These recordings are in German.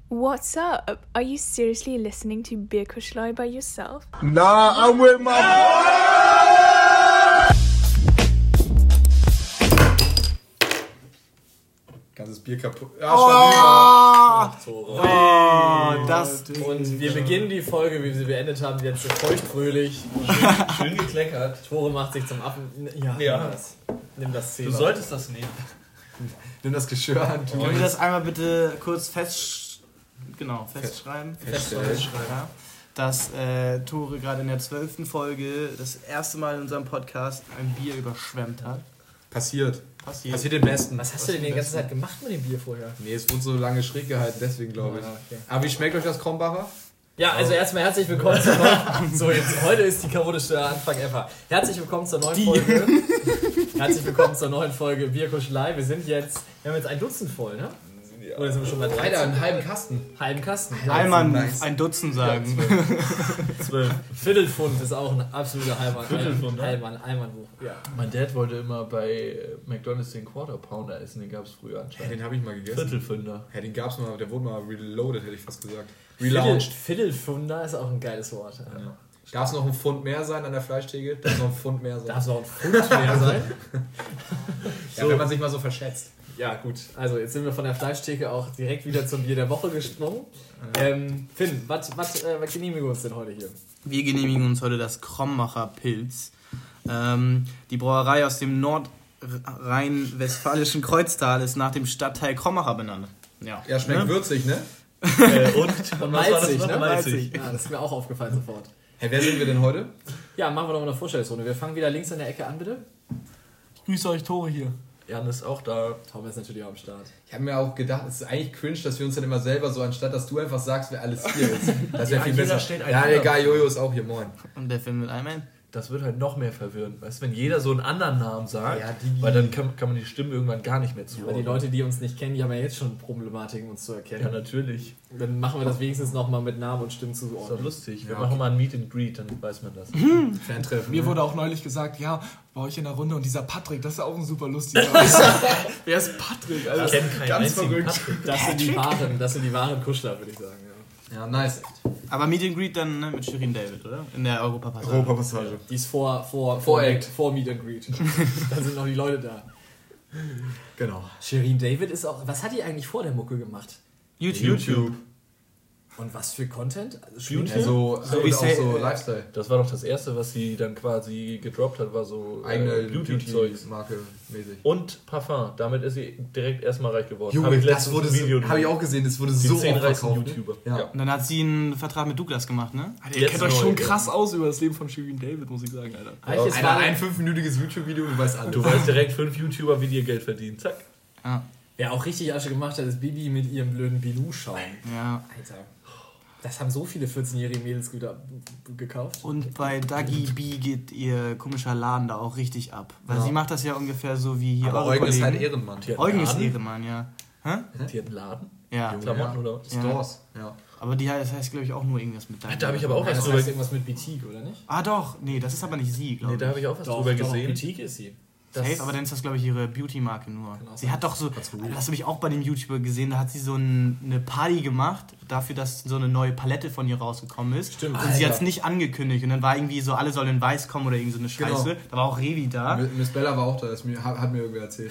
What's up? Are you seriously listening to Bierkuschelei by yourself? Nah, I'm with my ganzes Bier kaputt. Ja, Und wir beginnen die Folge, wie wir sie beendet haben, jetzt so feuchtfröhlich. Schön gekleckert. Tore macht sich zum Affen. Ja. Nimm das Thema. Du solltest das nehmen. Nimm das Geschirr an. Können wir das einmal bitte kurz festschreiben? Ja, dass Tore gerade in der 12. Folge das erste Mal in unserem Podcast ein Bier überschwemmt hat. Passiert Passiert. den Besten. Was hast du denn die ganze Zeit gemacht mit dem Bier vorher? Nee, es wurde so lange schräg gehalten, deswegen glaube ich. Okay. Aber wie schmeckt euch das Krombacher? Ja, also erstmal herzlich willkommen zur heute ist die chaotischste Anfang ever. Herzlich willkommen zur neuen Folge. Herzlich willkommen zur neuen Folge Bierkuschelei. Wir haben jetzt ein Dutzend voll, ne? Ja. Oder sind wir schon bei 13? Alter, einen halben Kasten. Halben Kasten. Einmal nice. ein Dutzend sagen. 12. Viertelpfund ist auch ein absoluter Heimann. Viertelpfund, ne? Heimann-Buch. Ja. Mein Dad wollte immer bei McDonald's den Quarter Pounder essen, den gab es früher anscheinend. Den habe ich mal gegessen. Viertelpfünder. Ja, den gab's mal, der wurde mal reloaded, hätte ich fast gesagt. Viertelpfunder ist auch ein geiles Wort. Ja. Darf es noch ein Pfund mehr sein an der Fleischtheke? Darf es noch ein Pfund mehr sein? Darf es noch ein Pfund mehr sein? Ja, wenn man sich mal so verschätzt. Ja, gut. Also, jetzt sind wir von der Fleischtheke auch direkt wieder zum Bier der Woche gesprungen. Finn, was genehmigen wir uns denn heute hier? Wir genehmigen uns heute das Krombacher Pils. Die Brauerei aus dem nordrhein-westfälischen Kreuztal ist nach dem Stadtteil Krombacher benannt. Ja, schmeckt würzig, ne? Und Malzig, ne? Malzig. Ja, das ist mir auch aufgefallen sofort. Hey, wer sind wir denn heute? Ja, machen wir doch mal eine Vorstellungsrunde. Wir fangen wieder links an der Ecke an, bitte. Ich grüße euch, Tore hier. Jan ist auch da. Tom ist natürlich auch am Start. Ich habe mir auch gedacht, es ist eigentlich cringe, dass wir uns dann immer selber so, anstatt dass du einfach sagst, wer alles hier ist. Das wäre viel besser. Ja, egal, Jojo ist auch hier, moin. Und der Film mit einem. Das wird halt noch mehr verwirren. Weißt du, wenn jeder so einen anderen Namen sagt, Ja, weil dann kann man die Stimme irgendwann gar nicht mehr Aber zuordnen. die Leute, die uns nicht kennen, die haben ja jetzt schon Problematiken, uns zu erkennen. Ja, natürlich. Dann machen wir das wenigstens nochmal mit Namen und Stimmen Ist doch zuordnen. lustig. Wir Ja, machen mal ein Meet and Greet, dann weiß man das. Fantreffen. Mir wurde auch neulich gesagt, ja, bei euch in der Runde und dieser Patrick, das ist ja auch ein super lustiger. Wer ist Patrick? Alter? Ich kenne keinen Ganz einzigen verrückt. Patrick. Das sind die wahren Kuschler, würde ich sagen. Ja. Ja, nice. Aber Meet and Greet dann mit Shirin David, oder? In der Europapassage. Europapassage. Die ist vor Meet and Greet. Dann sind noch die Leute da. Genau. Shirin David ist auch. Was hat die eigentlich vor der Mucke gemacht? YouTube. Und was für Content? Also Ja, so wie auch so Lifestyle. Das war doch das erste, was sie dann quasi gedroppt hat, war so Eigene Beauty-Zeugs. Marke mäßig. Und Parfum. Damit ist sie direkt erstmal reich geworden. Junge, Hab ich das letztens wurde ein Video so, habe ich auch gesehen, das wurde Die so 10 oft reichsten verkauft. YouTuber. Ja. Und dann hat sie einen Vertrag mit Douglas gemacht, ne? Ihr Jetzt kennt euch neu, schon ja. krass aus über das Leben von Shirin David, muss ich sagen, Alter. Alter, ein 5-minütiges YouTube-Video, du weißt alles. Du weißt direkt 5 YouTuber, wie die ihr Geld verdienen. Zack. Ja. Wer auch richtig Asche gemacht hat, ist Bibi mit ihrem blöden Bilou-Schaum. Ja. Alter. Das haben so viele 14-jährige Mädels gekauft. Und bei Dagi B geht ihr komischer Laden da auch richtig ab. Weil sie macht das ja ungefähr so wie hier Aber eure Eugen ist Kollegen. halt Ehrenmann. Die hat Eugen einen ist Laden. Ehrenmann, ja. Hä? Die hat einen Laden. Ja. Klamotten oder was? Stores. Ja. Aber das heißt, glaube ich, auch nur irgendwas mit Dagi. Da habe ich aber auch was Das drüber heißt irgendwas mit Boutique, oder nicht? Ah doch, nee, das ist aber nicht sie, glaube Nee, ich. da habe ich auch was drüber gesehen. Boutique ist sie. Safe, aber dann ist das, glaube ich, ihre Beauty-Marke nur. Genau. Sie hat doch so, das habe ich auch bei dem YouTuber gesehen, da hat sie so eine Party gemacht, dafür, dass so eine neue Palette von ihr rausgekommen ist. Stimmt. Und sie hat es nicht angekündigt. Und dann war irgendwie so, alle sollen in weiß kommen oder irgend so eine Scheiße. Genau. Da war auch Revi da. Miss Bella war auch da, hat mir irgendwer erzählt.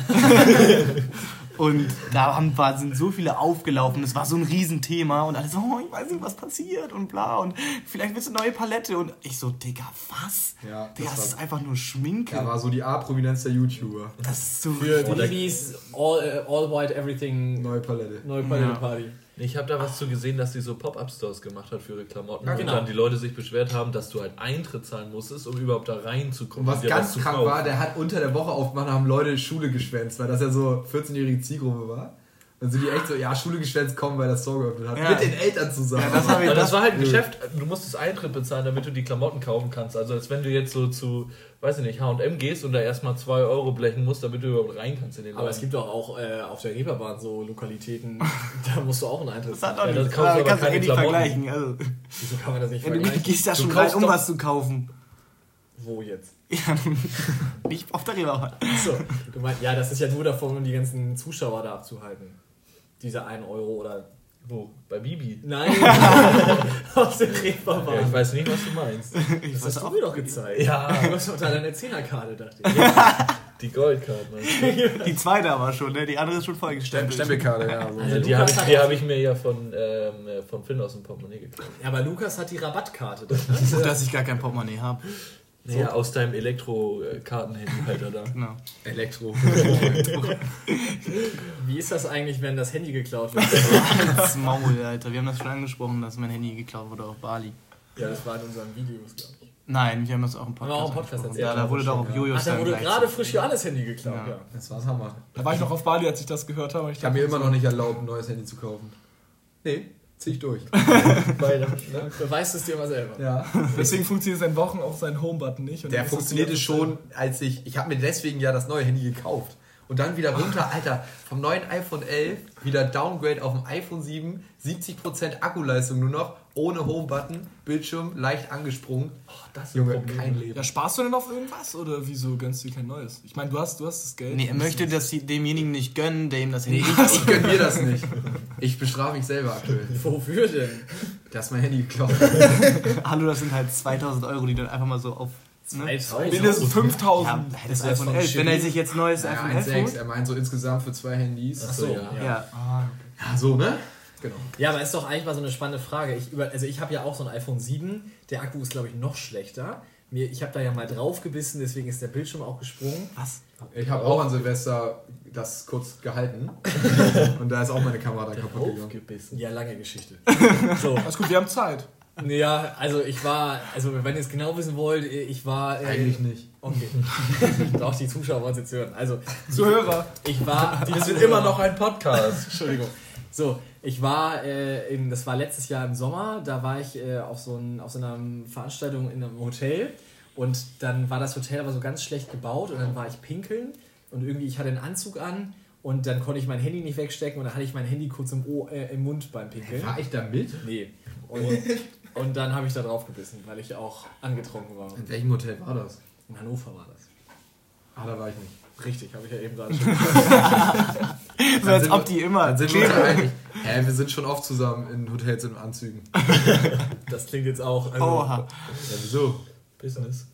Und da sind so viele aufgelaufen, das war so ein Riesenthema und alle so, oh, ich weiß nicht, was passiert und bla und vielleicht willst du eine neue Palette und ich so, Digga, was? Ja, Digga, das ist einfach nur Schminke. Da war so die A-Prominenz der YouTuber. Das ist so Für Bibis All White Everything Neue Palette. neue Party. Ich habe da was zu gesehen, dass sie so Pop-Up-Stores gemacht hat für ihre Klamotten. Ja, genau. Und dann die Leute sich beschwert haben, dass du halt Eintritt zahlen musstest, um überhaupt da reinzukommen. Und was dir ganz zu krank kaufen. war, der hat unter der Woche aufgemacht, haben Leute Schule geschwänzt, weil das ja so 14-jährige Zielgruppe war. Dann sind die echt so, ja, Schule geschwänzt kommen, weil das Store geöffnet hat. Ja. Mit den Eltern zusammen. Ja, das hab ich- Aber das war halt ein Geschäft, du musstest Eintritt bezahlen, damit du die Klamotten kaufen kannst. Also als wenn du jetzt so zu, weiß ich nicht, H&M gehst und da erstmal 2 Euro blechen musst, damit du überhaupt rein kannst in den Aber Laden. es gibt doch auch auf der Reeperbahn so Lokalitäten, da musst du auch einen Eintritt Das hat zahlen. doch Ja, nicht. das kaufst du aber kannst du keine eh nicht Klamotten. vergleichen. Also, Wieso kann man das nicht ja, du vergleichen? gehst ja Du schon rein, kaufst um doch- was zu kaufen. Wo jetzt? Ja, nicht auf der Reeperbahn. So, du meinst, ja, das ist ja nur davon, um die ganzen Zuschauer da abzuhalten. Diese 1 Euro oder Wo? Bei Bibi? Nein, aus dem Reeperbahn. Ja, ich weiß nicht, was du meinst. Das hast du mir doch gezeigt. Ja. Du hast doch da deine 10er-Karte, dachte ich. Die Goldcard, meinst du? Die zweite aber schon, ne? Die andere ist schon vollgestempelt. Stempelkarte, ja. So. Also Die Lukas habe ich mir ja von Finn aus dem Portemonnaie gekauft. Ja, aber Lukas hat die Rabattkarte. Das, Gut, dass ich gar kein Portemonnaie habe. Ja, aus deinem Elektro-Kartenhandyhalter da. Genau. Elektro. Wie ist das eigentlich, wenn das Handy geklaut wird? Das Maul, Alter. Wir haben das schon angesprochen, dass mein Handy geklaut wurde auf Bali. Ja, das war in unseren Videos, glaube ich. Nein, wir haben das auch im Podcast. Haben wir auch im Podcast angesprochen. erzählt. Ja, da wurde doch auch Jojos Ach, da wurde gleich gerade zu- frisch Johannes Handy geklaut, Ja. ja. Das war's Hammer. Da war ich noch auf Bali, als ich das gehört habe. Ich habe mir immer noch nicht erlaubt, ein neues Handy zu kaufen. Nee, zieh ich durch. Beweist es dir mal selber. Ja. Deswegen funktioniert seit Wochen auch sein Home-Button nicht. Und Der jetzt ist funktionierte es schon, als ich habe mir deswegen ja das neue Handy gekauft. Und dann wieder runter, Alter, vom neuen iPhone 11 wieder Downgrade auf dem iPhone 7, 70% Akkuleistung nur noch, ohne Home-Button, Bildschirm leicht angesprungen. Das ist Junge, ein Problem. kein Leben. Ja, sparst du denn auf irgendwas oder wieso gönnst du dir kein neues? Ich meine, du hast das Geld. Nee, er möchte das demjenigen nicht gönnen, der ihm das Handy Ich gönn mir das nicht. Ich bestrafe mich selber aktuell. Wofür denn? Das ist mein Handy geklaut. Hallo, das sind halt 2000 Euro, die dann einfach mal so auf... Ne? Mindestens 5000. Ja, das Das iPhone von 11. Wenn er Chili. sich jetzt neues Ja, iPhone 11 1,6. holt... Er meint so insgesamt für 2 Handys. Achso, ja. Ja. Ja, so, ne? Genau. Ja, aber ist doch eigentlich mal so eine spannende Frage. Ich habe ja auch so ein iPhone 7. Der Akku ist, glaube ich, noch schlechter. Ich habe da ja mal drauf gebissen, deswegen ist der Bildschirm auch gesprungen. Was? Ich habe auch an Silvester das kurz gehalten. Und da ist auch meine Kamera dann kaputt gegangen. Aufgebissen. Ja, lange Geschichte. So, Alles gut, wir haben Zeit. ja, also wenn ihr es genau wissen wollt, ich war... Eigentlich nicht. Okay. Auch die Zuschauer wollen es jetzt hören. Also, Zuhörer. ich war... Wir sind immer noch ein Podcast. Entschuldigung. So, ich war, das war letztes Jahr im Sommer, da war ich auf so einer Veranstaltung in einem Hotel und dann war das Hotel aber so ganz schlecht gebaut und dann war ich pinkeln und irgendwie, ich hatte einen Anzug an und dann konnte ich mein Handy nicht wegstecken und dann hatte ich mein Handy kurz im Mund beim Pinkeln. War ich da mit? Nee. Und dann habe ich da drauf gebissen, weil ich auch angetrunken war. In welchem Hotel war das? In Hannover war das. Ah, da war ich nicht. Richtig, habe ich ja eben gerade schon gesagt. So als ob die immer... Dann sind wir uns ja eigentlich. Wir sind schon oft zusammen in Hotels in Anzügen. Das klingt jetzt auch... Also, Oha. Ja, wieso? Business.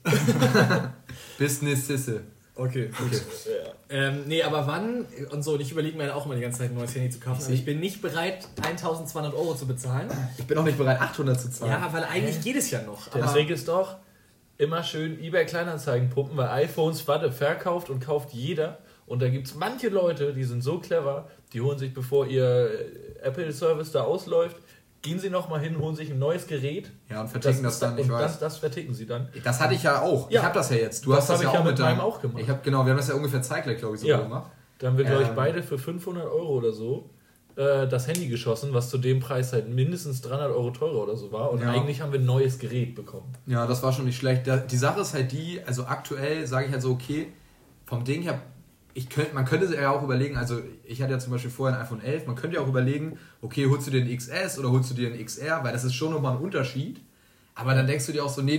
Business Sisse. Okay, gut. Nee, aber wann und so, und ich überlege mir halt auch immer die ganze Zeit ein neues Handy zu kaufen, aber ich bin nicht bereit, 1.200 Euro zu bezahlen. Ich bin auch nicht bereit, 800 zu zahlen. Ja, weil eigentlich geht es ja noch. Der Aber Trick ist doch, immer schön eBay Kleinanzeigen pumpen, weil iPhones, verkauft und kauft jeder. Und da gibt es manche Leute, die sind so clever, die holen sich, bevor ihr Apple-Service da ausläuft, gehen sie nochmal hin, holen sich ein neues Gerät. Ja, und verticken das dann, ich und weiß. das verticken sie dann. Das hatte ich ja auch. Ja. Ich habe das ja jetzt. Du Das hast das hab ja ich auch ja mit mit meinem deinem... auch gemacht. Wir haben das ja ungefähr zeitgleich, glaube ich, so Ja. gemacht. Da haben wir, glaube ich, beide für 500 Euro oder so das Handy geschossen, was zu dem Preis halt mindestens 300 Euro teurer oder so war. Und Ja. eigentlich haben wir ein neues Gerät bekommen. Ja, das war schon nicht schlecht. Die Sache ist halt die, also aktuell sage ich halt so, okay, vom Ding her, man könnte sich ja auch überlegen, also ich hatte ja zum Beispiel vorher ein iPhone 11, man könnte ja auch überlegen, okay, holst du dir einen XS oder holst du dir einen XR, weil das ist schon nochmal ein Unterschied. Aber dann denkst du dir auch so, nee,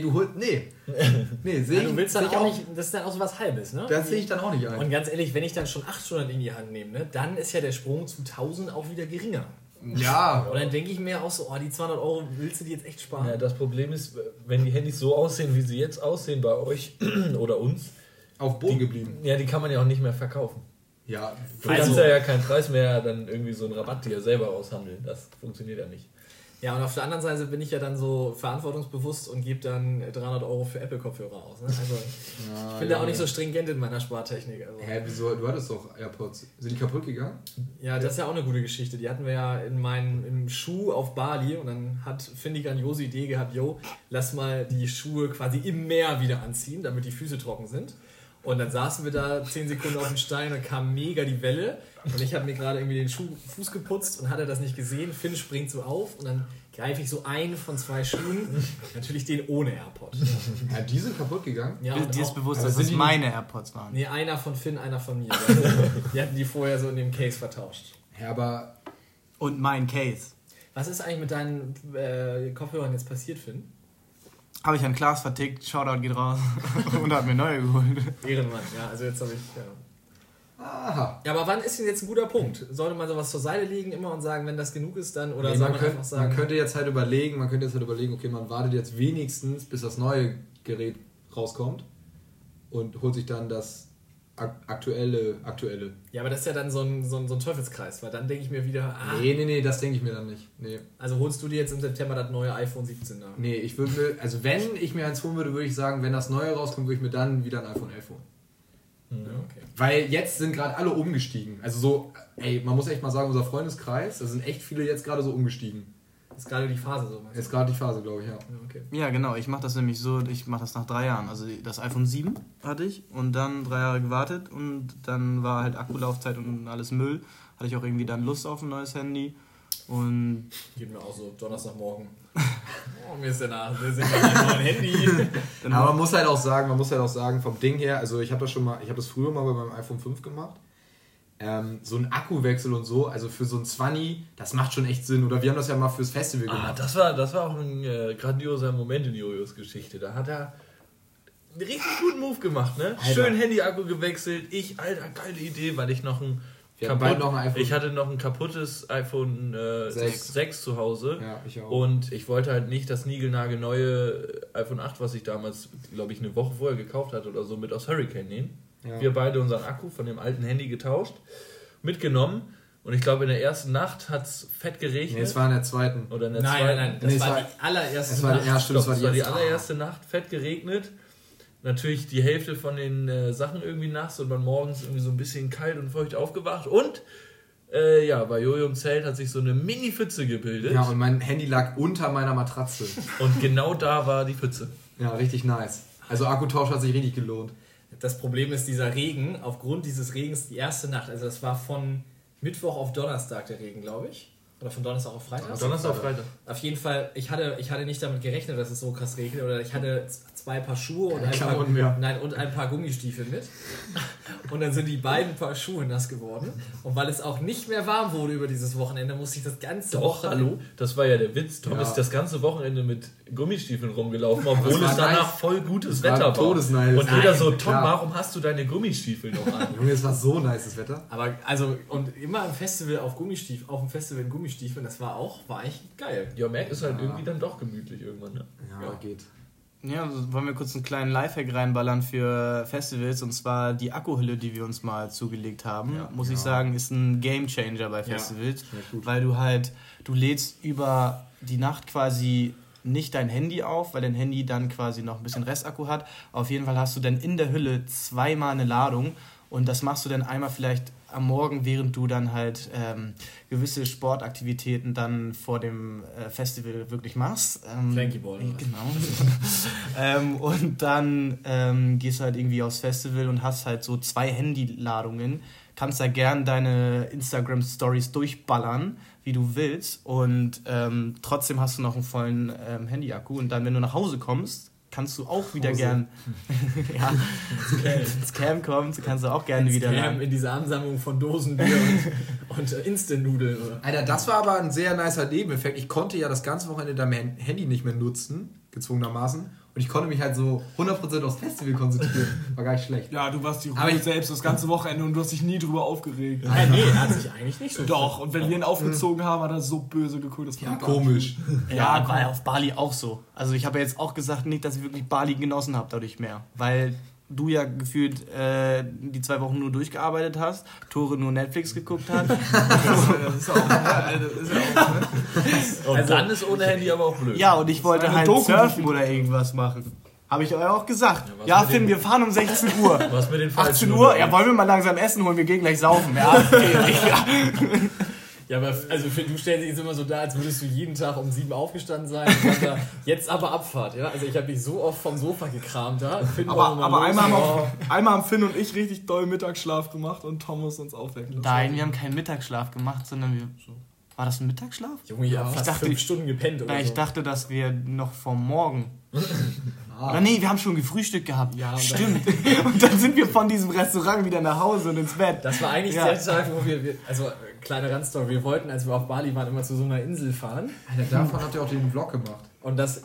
sehe du willst dann auch nicht, das ist dann auch so was Halbes, ne? Das sehe ich dann auch nicht ein. Und ganz ehrlich, wenn ich dann schon 800 in die Hand nehme, ne, dann ist ja der Sprung zu 1000 auch wieder geringer. Ja, Und dann denke ich mir auch so, oh, die 200 Euro willst du die jetzt echt sparen? Ja, das Problem ist, wenn die Handys so aussehen, wie sie jetzt aussehen bei euch oder uns, auf Boden geblieben. ja, die kann man ja auch nicht mehr verkaufen. Ja, Du kannst ja keinen Preis mehr, dann irgendwie so einen Rabatt dir selber aushandeln. Das funktioniert ja nicht. Ja, und auf der anderen Seite bin ich ja dann so verantwortungsbewusst und gebe dann 300 Euro für Apple-Kopfhörer aus. Ne? Also ich bin da auch nicht so stringent in meiner Spartechnik. Also. Hä, wieso? Du hattest doch AirPods. Sind die kaputt gegangen? Ja, das ist ja auch eine gute Geschichte. Die hatten wir ja im Schuh auf Bali und dann hat Finn die grandiose Idee gehabt, lass mal die Schuhe quasi im Meer wieder anziehen, damit die Füße trocken sind. Und dann saßen wir da 10 Sekunden auf dem Stein und kam mega die Welle. Und ich habe mir gerade irgendwie den Fuß geputzt und hatte das nicht gesehen. Finn springt so auf und dann greife ich so einen von 2 Schuhen. Natürlich den ohne AirPod. Ja, die sind kaputt gegangen. Ja, Dir und ist auch, bewusst, aber dass sind es die- meine AirPods waren. nee, einer von Finn, einer von mir. Die hatten die vorher so in dem Case vertauscht. Ja, aber Und mein Case. Was ist eigentlich mit deinen Kopfhörern jetzt passiert, Finn? Habe ich an Klaas vertickt, Shoutout geht raus. Und hat mir neue geholt. Ehrenmann, ja. Also jetzt habe ich... Ja. Aha. Ja, aber wann ist denn jetzt ein guter Punkt? Sollte man sowas zur Seite legen immer und sagen, wenn das genug ist, dann? Oder Nee, soll man einfach sagen... man könnte jetzt halt überlegen, okay, man wartet jetzt wenigstens, bis das neue Gerät rauskommt und holt sich dann das aktuelle. Ja, aber das ist ja dann so ein Teufelskreis, weil dann denke ich mir wieder... Nee, das denke ich mir dann nicht. Nee. Also holst du dir jetzt im September das neue iPhone 17 da? Nee, ich würde mir, also wenn ich mir eins holen würde, würde ich sagen, wenn das neue rauskommt, würde ich mir dann wieder ein iPhone 11 holen. Ja, okay. Weil jetzt sind gerade alle umgestiegen. Also so, man muss echt mal sagen, unser Freundeskreis, da sind echt viele jetzt gerade so umgestiegen. Das ist gerade die Phase so. Ist gerade die Phase, glaube ich, ja. Okay. Ja, genau. Ich mache das nämlich so, ich mache das nach 3 Jahren. Also das iPhone 7 hatte ich und dann 3 Jahre gewartet und dann war halt Akkulaufzeit und alles Müll. Hatte ich auch irgendwie dann Lust auf ein neues Handy und... Geht mir auch so Donnerstagmorgen. Oh, mir ist der nach. Wir sind ja hier nur ein Handy. Aber man muss halt auch sagen, vom Ding her, also ich habe das früher mal bei meinem iPhone 5 gemacht. So ein Akkuwechsel und so, also für so ein 20, das macht schon echt Sinn. Oder wir haben das ja mal fürs Festival gemacht. Das war auch ein grandioser Moment in Jojos Geschichte. Da hat er einen richtig guten Move gemacht, ne? Alter. Schön Handy-Akku gewechselt. Alter, geile Idee, weil ich noch ein ich hatte noch ein kaputtes iPhone 6 zu Hause. Ja, ich auch. Und ich wollte halt nicht das niegelnagelneue iPhone 8, was ich damals, glaube ich, eine Woche vorher gekauft hatte oder so, mit aus Hurricane nehmen. Ja. Wir beide unseren Akku von dem alten Handy getauscht, mitgenommen. Und ich glaube, in der ersten Nacht hat es fett geregnet. Nee, es war in der zweiten. Oder in der zweiten. Nein, das war die allererste Nacht. Das war die allererste Nacht, fett geregnet. Natürlich die Hälfte von den Sachen irgendwie nass und man morgens irgendwie so ein bisschen kalt und feucht aufgewacht. Und bei Jojo im Zelt hat sich so eine Mini-Pfütze gebildet. Ja, und mein Handy lag unter meiner Matratze. Und genau da war die Pfütze. Ja, richtig nice. Also Akkutausch hat sich richtig gelohnt. Das Problem ist dieser Regen, aufgrund dieses Regens die erste Nacht, also das war von Mittwoch auf Donnerstag der Regen, glaube ich. Oder von Donnerstag auf Freitag? Donnerstag auf Freitag. Auf jeden Fall, ich hatte nicht damit gerechnet, dass es so krass regnet. Oder ich hatte 2 Paar Schuhe und ein paar Gummistiefel mit. Und dann sind die beiden Paar Schuhe nass geworden. Und weil es auch nicht mehr warm wurde über dieses Wochenende, musste ich das ganze Wochenende... Das war ja der Witz. Tom ist das ganze Wochenende mit Gummistiefeln rumgelaufen, obwohl es danach voll gutes Wetter war. Todesnice. Und jeder so, Tom, warum hast du deine Gummistiefel noch an? Junge, es war so nice, das Wetter. Aber, also, und immer im Festival auf dem Festival in Gummistiefeln, das war echt geil. Ja, Mac ist halt irgendwie dann doch gemütlich irgendwann, ne? Ja, geht. Ja, also wollen wir kurz einen kleinen Lifehack reinballern für Festivals, und zwar die Akkuhülle, die wir uns mal zugelegt haben, muss ich sagen, ist ein Gamechanger bei Festivals, weil du lädst über die Nacht quasi nicht dein Handy auf, weil dein Handy dann quasi noch ein bisschen Restakku hat. Auf jeden Fall hast du dann in der Hülle 2-mal eine Ladung, und das machst du dann einmal vielleicht am Morgen, während du dann halt gewisse Sportaktivitäten dann vor dem Festival wirklich machst. Flankyball. Genau. Und dann gehst du halt irgendwie aufs Festival und hast halt so 2 Handyladungen. Kannst da gern deine Instagram-Stories durchballern, wie du willst. Und trotzdem hast du noch einen vollen Handy-Akku. Und dann, wenn du nach Hause kommst, kannst du auch wieder gern ins Camp kommen, kannst du auch gerne wieder Camp in diese Ansammlung von Dosenbier und Instant-Nudeln. Alter, das war aber ein sehr nicer Nebeneffekt. Ich konnte ja das ganze Wochenende mein Handy nicht mehr nutzen, gezwungenermaßen. Und ich konnte mich halt so 100% aufs Festival konzentrieren. War gar nicht schlecht. Ja, du warst die Ruhe selbst das ganze Wochenende und du hast dich nie drüber aufgeregt. Nein, er hat sich eigentlich nicht so... Doch, und wenn wir ihn aufgezogen haben, hat er so böse geguckt. Das war komisch. Ja, war ja auf Bali auch so. Also ich habe ja jetzt auch gesagt, nicht, dass ich wirklich Bali genossen habe dadurch mehr. Weil du ja gefühlt die 2 Wochen nur durchgearbeitet hast, Tore nur Netflix geguckt hat. das ist auch, ne? Und dann ist ohne Handy aber auch blöd. Ja, und ich wollte halt surfen oder irgendwas machen. Habe ich euch auch gesagt. Ja, Finn, wir fahren um 16 Uhr. Was mit den 18 Uhr? Ja, wollen wir mal langsam essen holen, wir gehen gleich saufen. Ja, okay. Ja, aber also du stellst dich jetzt immer so da, als würdest du jeden Tag um 7 aufgestanden sein und dann da, jetzt aber Abfahrt, ja? Also ich habe dich so oft vom Sofa gekramt, ja? Aber einmal haben Finn und ich richtig doll Mittagsschlaf gemacht und Tom muss uns aufwecken. Nein, wir haben keinen Mittagsschlaf gemacht, sondern wir... War das ein Mittagsschlaf? Junge, ich habe fast 5 Stunden gepennt oder so. Ich dachte, dass wir noch vom Morgen... Oder nee, wir haben schon gefrühstückt gehabt. Ja, stimmt. Und dann sind wir von diesem Restaurant wieder nach Hause und ins Bett. Das war eigentlich der Tag, wo wir also kleine Randstory, wir wollten, als wir auf Bali waren, immer zu so einer Insel fahren. Alter, davon habt ihr auch den Vlog gemacht. Und das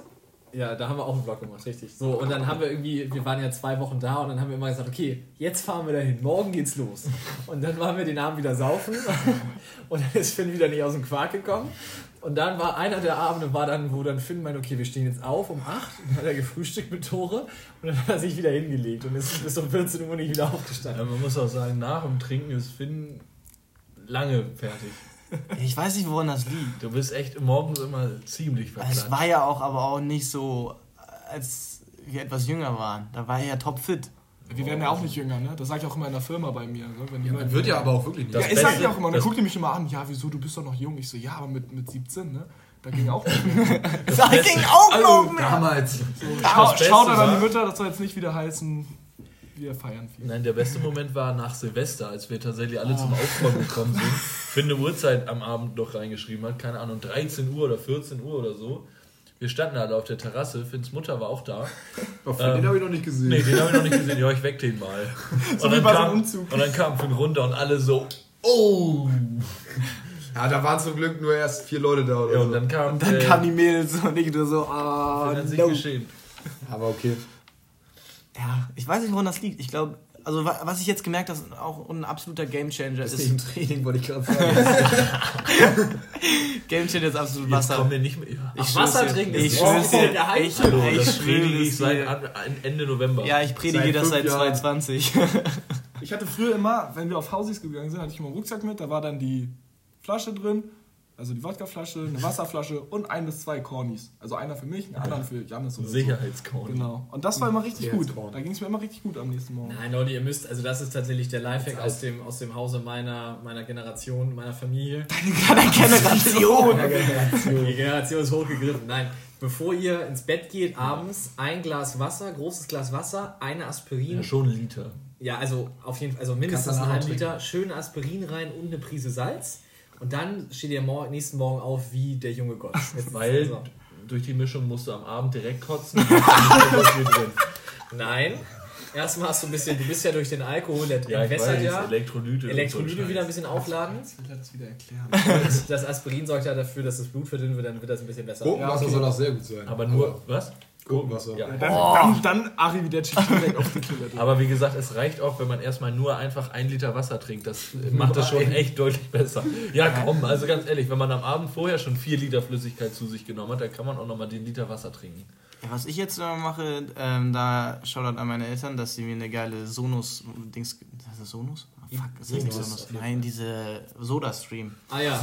Ja, da haben wir auch einen Vlog gemacht, richtig. So, und dann haben wir waren ja 2 Wochen da und dann haben wir immer gesagt, okay, jetzt fahren wir dahin, morgen geht's los. Und dann waren wir den Abend wieder saufen und dann ist Finn wieder nicht aus dem Quark gekommen. Und dann war einer der Abende, wo dann Finn meinte, okay, wir stehen jetzt auf um 8 und dann hat er gefrühstückt mit Tore und dann hat er sich wieder hingelegt und ist bis um 14 Uhr nicht wieder aufgestanden. Ja, man muss auch sagen, nach dem Trinken ist Finn lange fertig. Ich weiß nicht, woran das liegt. Du bist echt morgens immer ziemlich verklatscht. Es war ja aber auch nicht so, als wir etwas jünger waren. Da war er ja topfit. Wir werden ja auch nicht jünger, ne? Das sage ich auch immer in der Firma bei mir. Ne? Wenn die Man wird ja aber auch wirklich nicht. Ja, ich sage ja auch immer, dann guckt ihr mich immer an, ja, wieso, du bist doch noch jung. Ich so, ja, aber mit 17, ne? Da ging auch noch mehr. Da ging auch noch mehr. Damals. Schaut an die Mütter, das soll jetzt nicht wieder heißen, wir feiern viel. Nein, der beste Moment war nach Silvester, als wir tatsächlich alle zum Aufräumen gekommen sind. Finn eine Uhrzeit am Abend noch reingeschrieben hat, keine Ahnung, 13 Uhr oder 14 Uhr oder so. Wir standen alle auf der Terrasse, Finns Mutter war auch da. Den habe ich noch nicht gesehen. Nee, den habe ich noch nicht gesehen. Ja, ich weck den mal. So wie bei so einem Umzug. Und dann kam Finn runter und alle so, oh! Ja, da waren zum Glück nur erst 4 Leute da oder Ja, so. und dann kamen die Mädels und ich nur so, Finn hat sich no. geschämt. Aber okay. Ja, ich weiß nicht, woran das liegt. Ich glaube, also was ich jetzt gemerkt habe, ist auch ein absoluter Gamechanger ist. Im Training wollte ich gerade sagen. Gamechanger ist absolut Jetzt Wasser. kommen wir nicht mehr. Ja. Ich Wasser schwör's dir. trinken Ich ist schwör's dir. der Heiß. Hallo, ich das predige schwöre ich es seit dir. Ende November. Ja, ich predige Seit das 5 seit Jahren. 2020. Ich hatte früher immer, wenn wir auf Hausis gegangen sind, hatte ich immer einen Rucksack mit, da war dann die Flasche drin, also die Wodkaflasche, eine Wasserflasche und 1 bis 2 Cornys. Also einer für mich, einen anderen für Janis oder so. Sicherheitskorn. Genau. Und das war immer richtig gut. Sicherheitskorn. Da ging es mir immer richtig gut am nächsten Morgen. Nein, Leute, ihr müsst, also das ist tatsächlich der Lifehack aus dem Hause meiner Generation, meiner Familie. Deine Generation. Die Generation ist hochgegriffen. Nein, bevor ihr ins Bett geht, abends ein Glas Wasser, großes Glas Wasser, eine Aspirin. Ja, schon ein Liter. Ja, also auf jeden Fall, also mindestens Kannst du einen danach Liter, schön Aspirin rein und eine Prise Salz. Und dann steht ihr nächsten Morgen auf wie der junge Gott. Weil So. durch die Mischung musst du am Abend direkt kotzen. Nein. Erstmal hast du du bist ja durch den Alkohol, der Ja, ich entwässert weiß, ja. Elektrolyte Wieder ein bisschen aufladen. Jetzt will er das wieder erklären. Und das Aspirin sorgt ja dafür, dass das Blut verdünnt wird, dann wird das ein bisschen besser. Gurkenwasser soll auch sehr gut sein. Aber nur, was? Gurkenwasser. Ja. Dann Arrivederci direkt auf die Toilette. Aber wie gesagt, es reicht auch, wenn man erstmal nur einfach 1 Liter Wasser trinkt. Das macht das schon echt deutlich besser. Ja, komm, also ganz ehrlich, wenn man am Abend vorher schon 4 Liter Flüssigkeit zu sich genommen hat, dann kann man auch nochmal den Liter Wasser trinken. Ja, was ich jetzt mache, da Shoutout an meine Eltern, dass sie mir eine geile Sonos-Dings... Ist das Sonos? Oh, fuck, ist das nicht Sonos? Nein, diese Soda-Stream. Ah ja.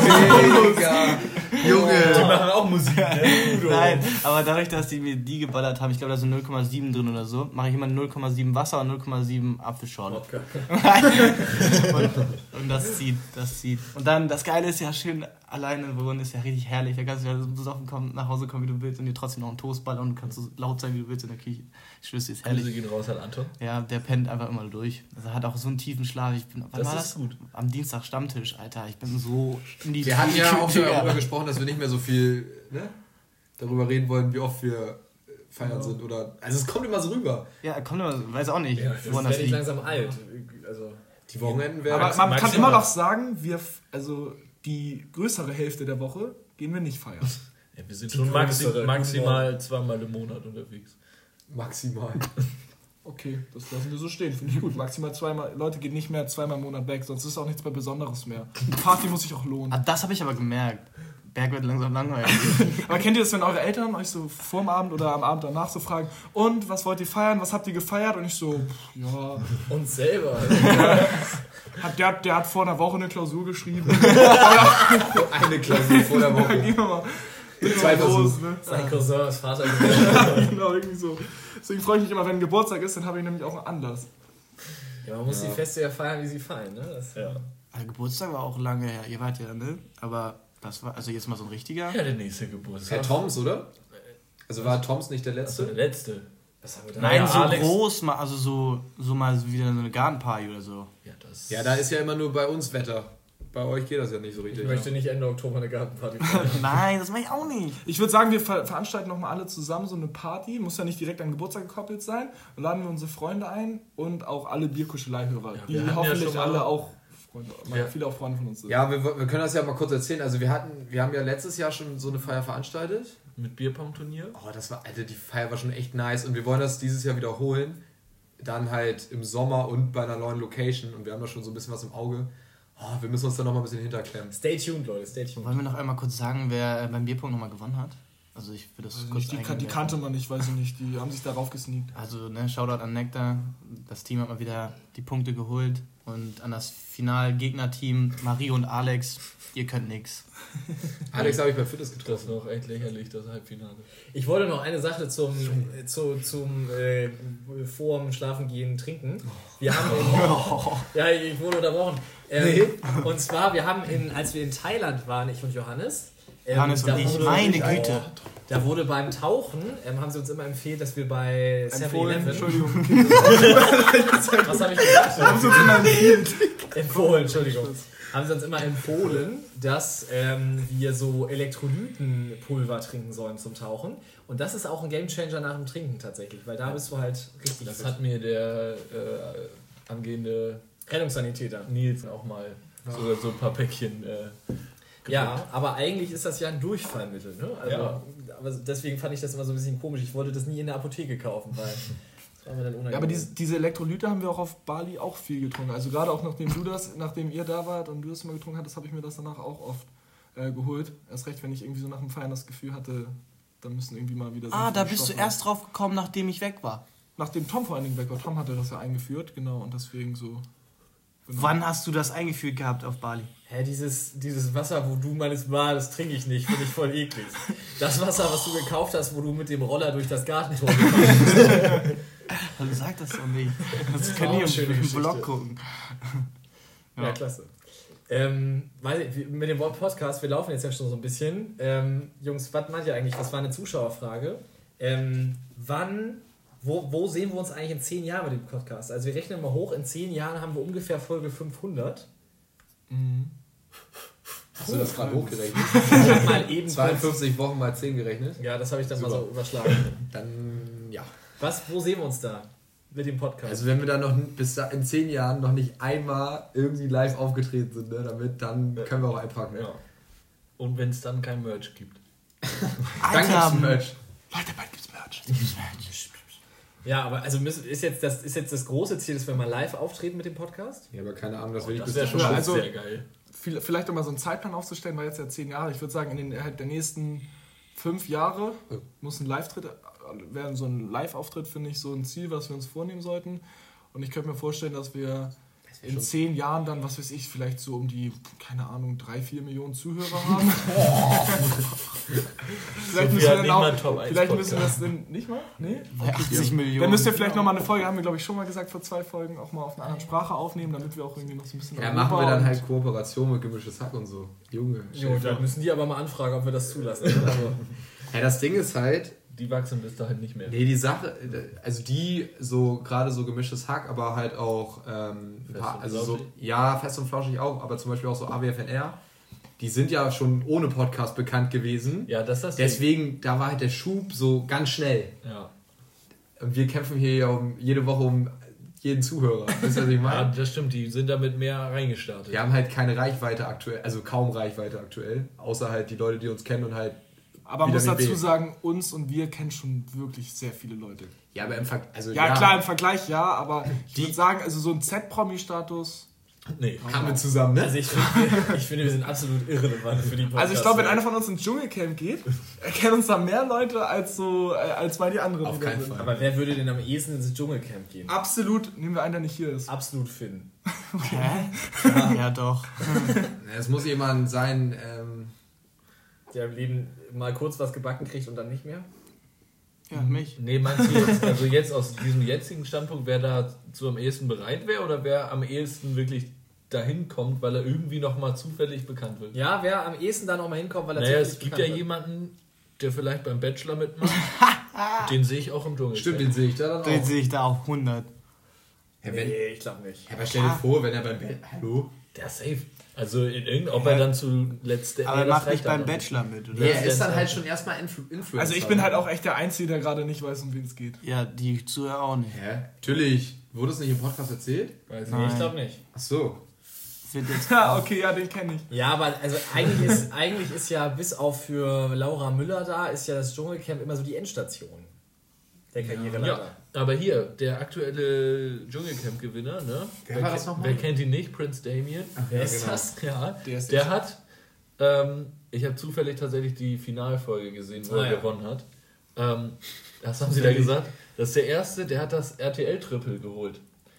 Junge! Die machen auch Musik, ne? Nein, aber dadurch, dass die mir die geballert haben, ich glaube, da sind 0,7 drin oder so, mache ich immer 0,7 Wasser und 0,7 Apfelschorle. Okay. Und das zieht. Und dann, das Geile ist ja schön, alleine wohnen ist ja richtig herrlich. Da kannst du ja besoffen nach Hause kommen, wie du willst, und dir trotzdem noch einen Toast ballern und du kannst so laut sein, wie du willst in der Küche. Ich schwör's dir, ist Grüße herrlich. gehen raus an Anton. Ja, der pennt einfach immer durch. Also er hat auch so einen tiefen Schlaf. Das ist gut. Am Dienstag Stammtisch, Alter. Ich bin so in die Wir hatten ja auch Digga. darüber gesprochen, dass wir nicht mehr so viel darüber reden wollen, wie oft wir feiern sind. Oder, also es kommt immer so rüber. Ja, komm, weiß auch nicht, Jetzt woran werde das ich liegt. langsam alt. Also, Die Wochenenden werden... Aber man kann maximal. immer noch sagen, also die größere Hälfte der Woche gehen wir nicht feiern. Ja, wir sind schon maximal 2-mal im Monat unterwegs. Maximal. Okay, das lassen wir so stehen, finde ich gut. Maximal 2-mal, Leute, geht nicht mehr 2-mal im Monat weg, sonst ist auch nichts mehr Besonderes mehr. Die Party muss sich auch lohnen. Ah, das habe ich aber gemerkt. Berg wird langsam langweilig. Aber kennt ihr das, wenn eure Eltern euch so vorm Abend oder am Abend danach so fragen, und, was wollt ihr feiern, was habt ihr gefeiert? Und ich so, ja, uns selber. der hat vor einer Woche eine Klausur geschrieben. Eine Klausur vor der Woche. Gehen wir mal. 2 Versuche. Ne? Sein Cousin ist Vater. Genau, irgendwie so. Deswegen freue ich mich immer, wenn Geburtstag ist, dann habe ich nämlich auch einen Anlass. Ja, man muss die Feste ja feiern, wie sie fallen. Ne? Das, Ja. Der Geburtstag war auch lange her. Ihr wart ja, ne? Aber das war, also jetzt mal so ein richtiger. Ja, der nächste Geburtstag. Herr Toms, oder? Also war Toms nicht der Das war Letzte? der letzte. was haben wir da? Nein, Ja, so Alex. groß, also so mal wieder so eine Gartenparty oder so. Ja, das Ja, da ist ja immer nur bei uns Wetter. Bei euch geht das ja nicht so Ich richtig. möchte nicht Ende Oktober eine Gartenparty feiern. Nein, das mache ich auch nicht. Ich würde sagen, wir veranstalten nochmal alle zusammen so eine Party. Muss ja nicht direkt an Geburtstag gekoppelt sein. Und laden wir unsere Freunde ein und auch alle Bierkuschelei-Hörer, wir die hatten ja hoffentlich schon mal- alle auch viele auch Freunde von uns sind. Ja, wir können das ja mal kurz erzählen. Also wir haben ja letztes Jahr schon so eine Feier veranstaltet. Mit Bierpong-Turnier. Oh, die Feier war schon echt nice und wir wollen das dieses Jahr wiederholen. Dann halt im Sommer und bei einer neuen Location und wir haben da schon so ein bisschen was im Auge. Oh, wir müssen uns da noch mal ein bisschen hinterklemmen. Stay tuned, Leute, stay tuned. Wollen wir noch einmal kurz sagen, wer beim Bierpunkt nochmal gewonnen hat? Also ich würde das kurz die kannte man nicht, weiß ich nicht. Die haben sich darauf gesneakt. Also Shoutout an Nektar. Das Team hat mal wieder die Punkte geholt. Und an das Final-Gegner-Team Marie und Alex, ihr könnt nix. Alex habe ich bei Fitness getroffen. Das ist noch echt lächerlich, das Halbfinale. Ich wollte noch eine Sache zum vorm Schlafengehen trinken. Wir haben ja, ich wurde unterbrochen. Und zwar, als wir in Thailand waren, ich und Johannes. Johannes und ich, meine Güte. Da wurde beim Tauchen, haben sie uns immer empfohlen, dass wir bei 7-Eleven... Entschuldigung. Was habe ich gesagt? Haben sie uns immer Empfohlen, Entschuldigung. Haben sie uns immer empfohlen, dass wir so Elektrolytenpulver trinken sollen zum Tauchen. Und das ist auch ein Gamechanger nach dem Trinken tatsächlich, weil da bist du halt richtig. Das hat mir der angehende Rettungssanitäter Nils auch mal sogar so ein paar Päckchen ja, aber eigentlich ist das ja ein Durchfallmittel, ne? Also, ja. Aber deswegen fand ich das immer so ein bisschen komisch. Ich wollte das nie in der Apotheke kaufen, weil das war mir dann unangenehm. Ja, aber diese Elektrolyte haben wir auch auf Bali auch viel getrunken. Also gerade auch nachdem ihr da wart und du das immer getrunken hattest, habe ich mir das danach auch oft geholt. Erst recht, wenn ich irgendwie so nach dem Feiern das Gefühl hatte, da müssen irgendwie mal wieder... Da bist du erst drauf gekommen, nachdem ich weg war. Nachdem Tom vor allen Dingen weg war. Tom hatte das ja eingeführt, genau, und deswegen so... Genau. Wann hast du das eingeführt gehabt auf Bali? Dieses Wasser, wo du meinst, das trinke ich nicht, finde ich voll eklig. Das Wasser, was du gekauft hast, wo du mit dem Roller durch das Gartentor gefahren bist. Sag das doch nicht. Das können die im Vlog gucken. Ja, klasse. Mit dem Podcast, wir laufen jetzt ja schon so ein bisschen. Jungs, was meint ihr eigentlich? Was war eine Zuschauerfrage? Wo sehen wir uns eigentlich in 10 Jahren mit dem Podcast? Also wir rechnen mal hoch, in 10 Jahren haben wir ungefähr Folge 500. Mhm. Hast du das gerade hochgerechnet? Ich habe mal eben 52 Wochen mal 10 gerechnet. Ja, das habe ich dann mal so überschlagen. Dann, ja. Wo sehen wir uns da mit dem Podcast? Also wenn wir dann noch in 10 Jahren noch nicht einmal irgendwie live aufgetreten sind, ne, dann können wir auch einpacken. Ja. Und wenn es dann kein Merch gibt. Dann gibt's Merch. Leute, bald gibt's Merch. Ja, aber also ist jetzt das große Ziel, dass wir mal live auftreten mit dem Podcast? Ja, aber keine Ahnung, das will ich bis dahin schon also, sehr geil. Vielleicht um mal so einen Zeitplan aufzustellen, weil jetzt ja 10 Jahre. Ich würde sagen, innerhalb der nächsten 5 Jahre muss ein wäre so ein Live-Auftritt, finde ich, so ein Ziel, was wir uns vornehmen sollten. Und ich könnte mir vorstellen, dass wir in 10 Jahren dann, was weiß ich, vielleicht so um die, keine Ahnung, 3-4 Millionen Zuhörer haben. Vielleicht müssen wir das denn nicht mal? Nee? 80 Millionen. Dann müsst ihr vielleicht nochmal eine Folge, haben wir glaube ich schon mal gesagt, vor 2 Folgen, auch mal auf einer anderen Sprache aufnehmen, damit wir auch irgendwie noch so ein bisschen... Ja, machen wir dann halt Kooperation mit Gemischtes Hack und so. Junge. Jo, da müssen die aber mal anfragen, ob wir das zulassen. Ja, das Ding ist halt... Die wachsen bis dahin nicht mehr. Nee, die Sache, also die so, gerade so Gemischtes Hack, aber halt auch, Fest und Flauschig auch, aber zum Beispiel auch so AWFNR, die sind ja schon ohne Podcast bekannt gewesen. Ja, das ist das. Deswegen, da war halt der Schub so ganz schnell. Ja. Und wir kämpfen hier ja jede Woche um jeden Zuhörer. Weißt du, was ich meine? Ja, das stimmt, die sind damit mehr reingestartet. Wir haben halt keine Reichweite aktuell, also kaum Reichweite aktuell, außer halt die Leute, die uns kennen und halt. Aber man muss dazu sagen, uns und wir kennen schon wirklich sehr viele Leute. Ja, aber im Vergleich, klar, im Vergleich ja, aber ich würde sagen, also so ein Z-Promi-Status... Nee. Haben wir zusammen, ne? Also ich finde, wir sind absolut irrelevant für die Podcast. Also ich glaube, wenn einer von uns ins Dschungelcamp geht, erkennen uns da mehr Leute als bei die anderen. Auf keinen Fall. Aber wer würde denn am ehesten ins Dschungelcamp gehen? Absolut, nehmen wir einen, der nicht hier ist. Absolut Finn. Hä? Ja, doch. Es muss jemand sein, der im Leben mal kurz was gebacken kriegt und dann nicht mehr? Ja, mich. Nee, meinst du jetzt, also jetzt aus diesem jetzigen Standpunkt, wer dazu am ehesten bereit wäre oder wer am ehesten wirklich dahin kommt, weil er irgendwie nochmal zufällig bekannt wird? Ja, wer am ehesten da nochmal hinkommt, weil er zufällig bekannt wird. Es gibt ja jemanden, der vielleicht beim Bachelor mitmacht. Den sehe ich auch im Dschungel. Stimmt, den sehe ich da dann auch. Den sehe ich da auch 100. Nee, ich glaube nicht. Ja, aber stell dir vor, wenn er beim Bachelor... Hallo? Der ist safe. Also ob er dann zuletzt... Aber er macht nicht beim Bachelor mit, oder? Ja, er ist dann halt schon erstmal Influencer. Also ich bin halt auch echt der Einzige, der gerade nicht weiß, um wen es geht. Ja, die Zuhörer auch nicht. Hä? Natürlich. Wurde es nicht im Podcast erzählt? Nee, ich glaube nicht. Ach so. wird jetzt... Ja, okay, ja, den kenne ich. Ja, aber also eigentlich ist ja, bis auf für Laura Müller da, ist ja das Dschungelcamp immer so die Endstation der Karriereleiter. Ja, aber hier, der aktuelle Dschungelcamp-Gewinner, ne? Wer war das nochmal? Wer kennt ihn nicht? Prince Damien. Wer ist das? Ja, Der der hat, ich habe zufällig tatsächlich die Finalfolge gesehen, wo er gewonnen hat. Was haben sie da gesagt? Das ist der Erste, der hat das RTL-Triple geholt.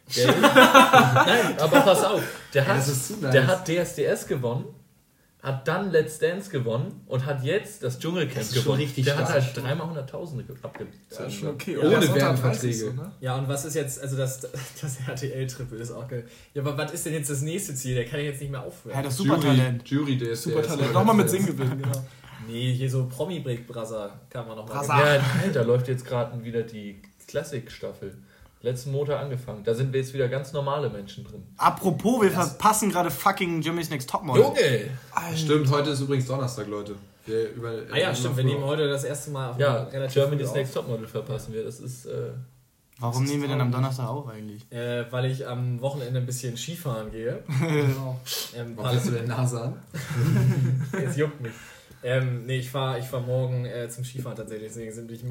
Nein, aber pass auf, der hat DSDS gewonnen, hat dann Let's Dance gewonnen und hat jetzt das Dschungelcamp gewonnen. Richtig der stark. hat halt 3x 100.000 abgegeben. Das ist schon okay. Ohne der ist unter Werbeverträge. 30 so, ne? Ja, und was ist jetzt, also das RTL-Triple ist auch geil. Ja, aber was ist denn jetzt das nächste Ziel? Der kann ja jetzt nicht mehr aufhören. Ja, das Supertalent. Jury DSDS. Supertalent. Nochmal mit Singen gewinnen, genau. Nee, hier so Promi-Break Brother kann man noch mal. Ja, nein, da läuft jetzt gerade wieder die Classic-Staffel. Letzten Montag angefangen. Da sind wir jetzt wieder ganz normale Menschen drin. Apropos, wir verpassen gerade fucking Germany's Next Topmodel. Junge! Stimmt, heute ist übrigens Donnerstag, Leute. Stimmt, wir nehmen heute das erste Mal auf Ja, relativ Germany's früh Next Topmodel verpassen wir. Das ist... Warum nehmen wir denn am Donnerstag auf eigentlich? auf. Weil ich am Wochenende ein bisschen Skifahren gehe. Genau. Warum hast du denn Nase an? Jetzt juckt mich. Ich fahr morgen zum Skifahren tatsächlich, deswegen sind wir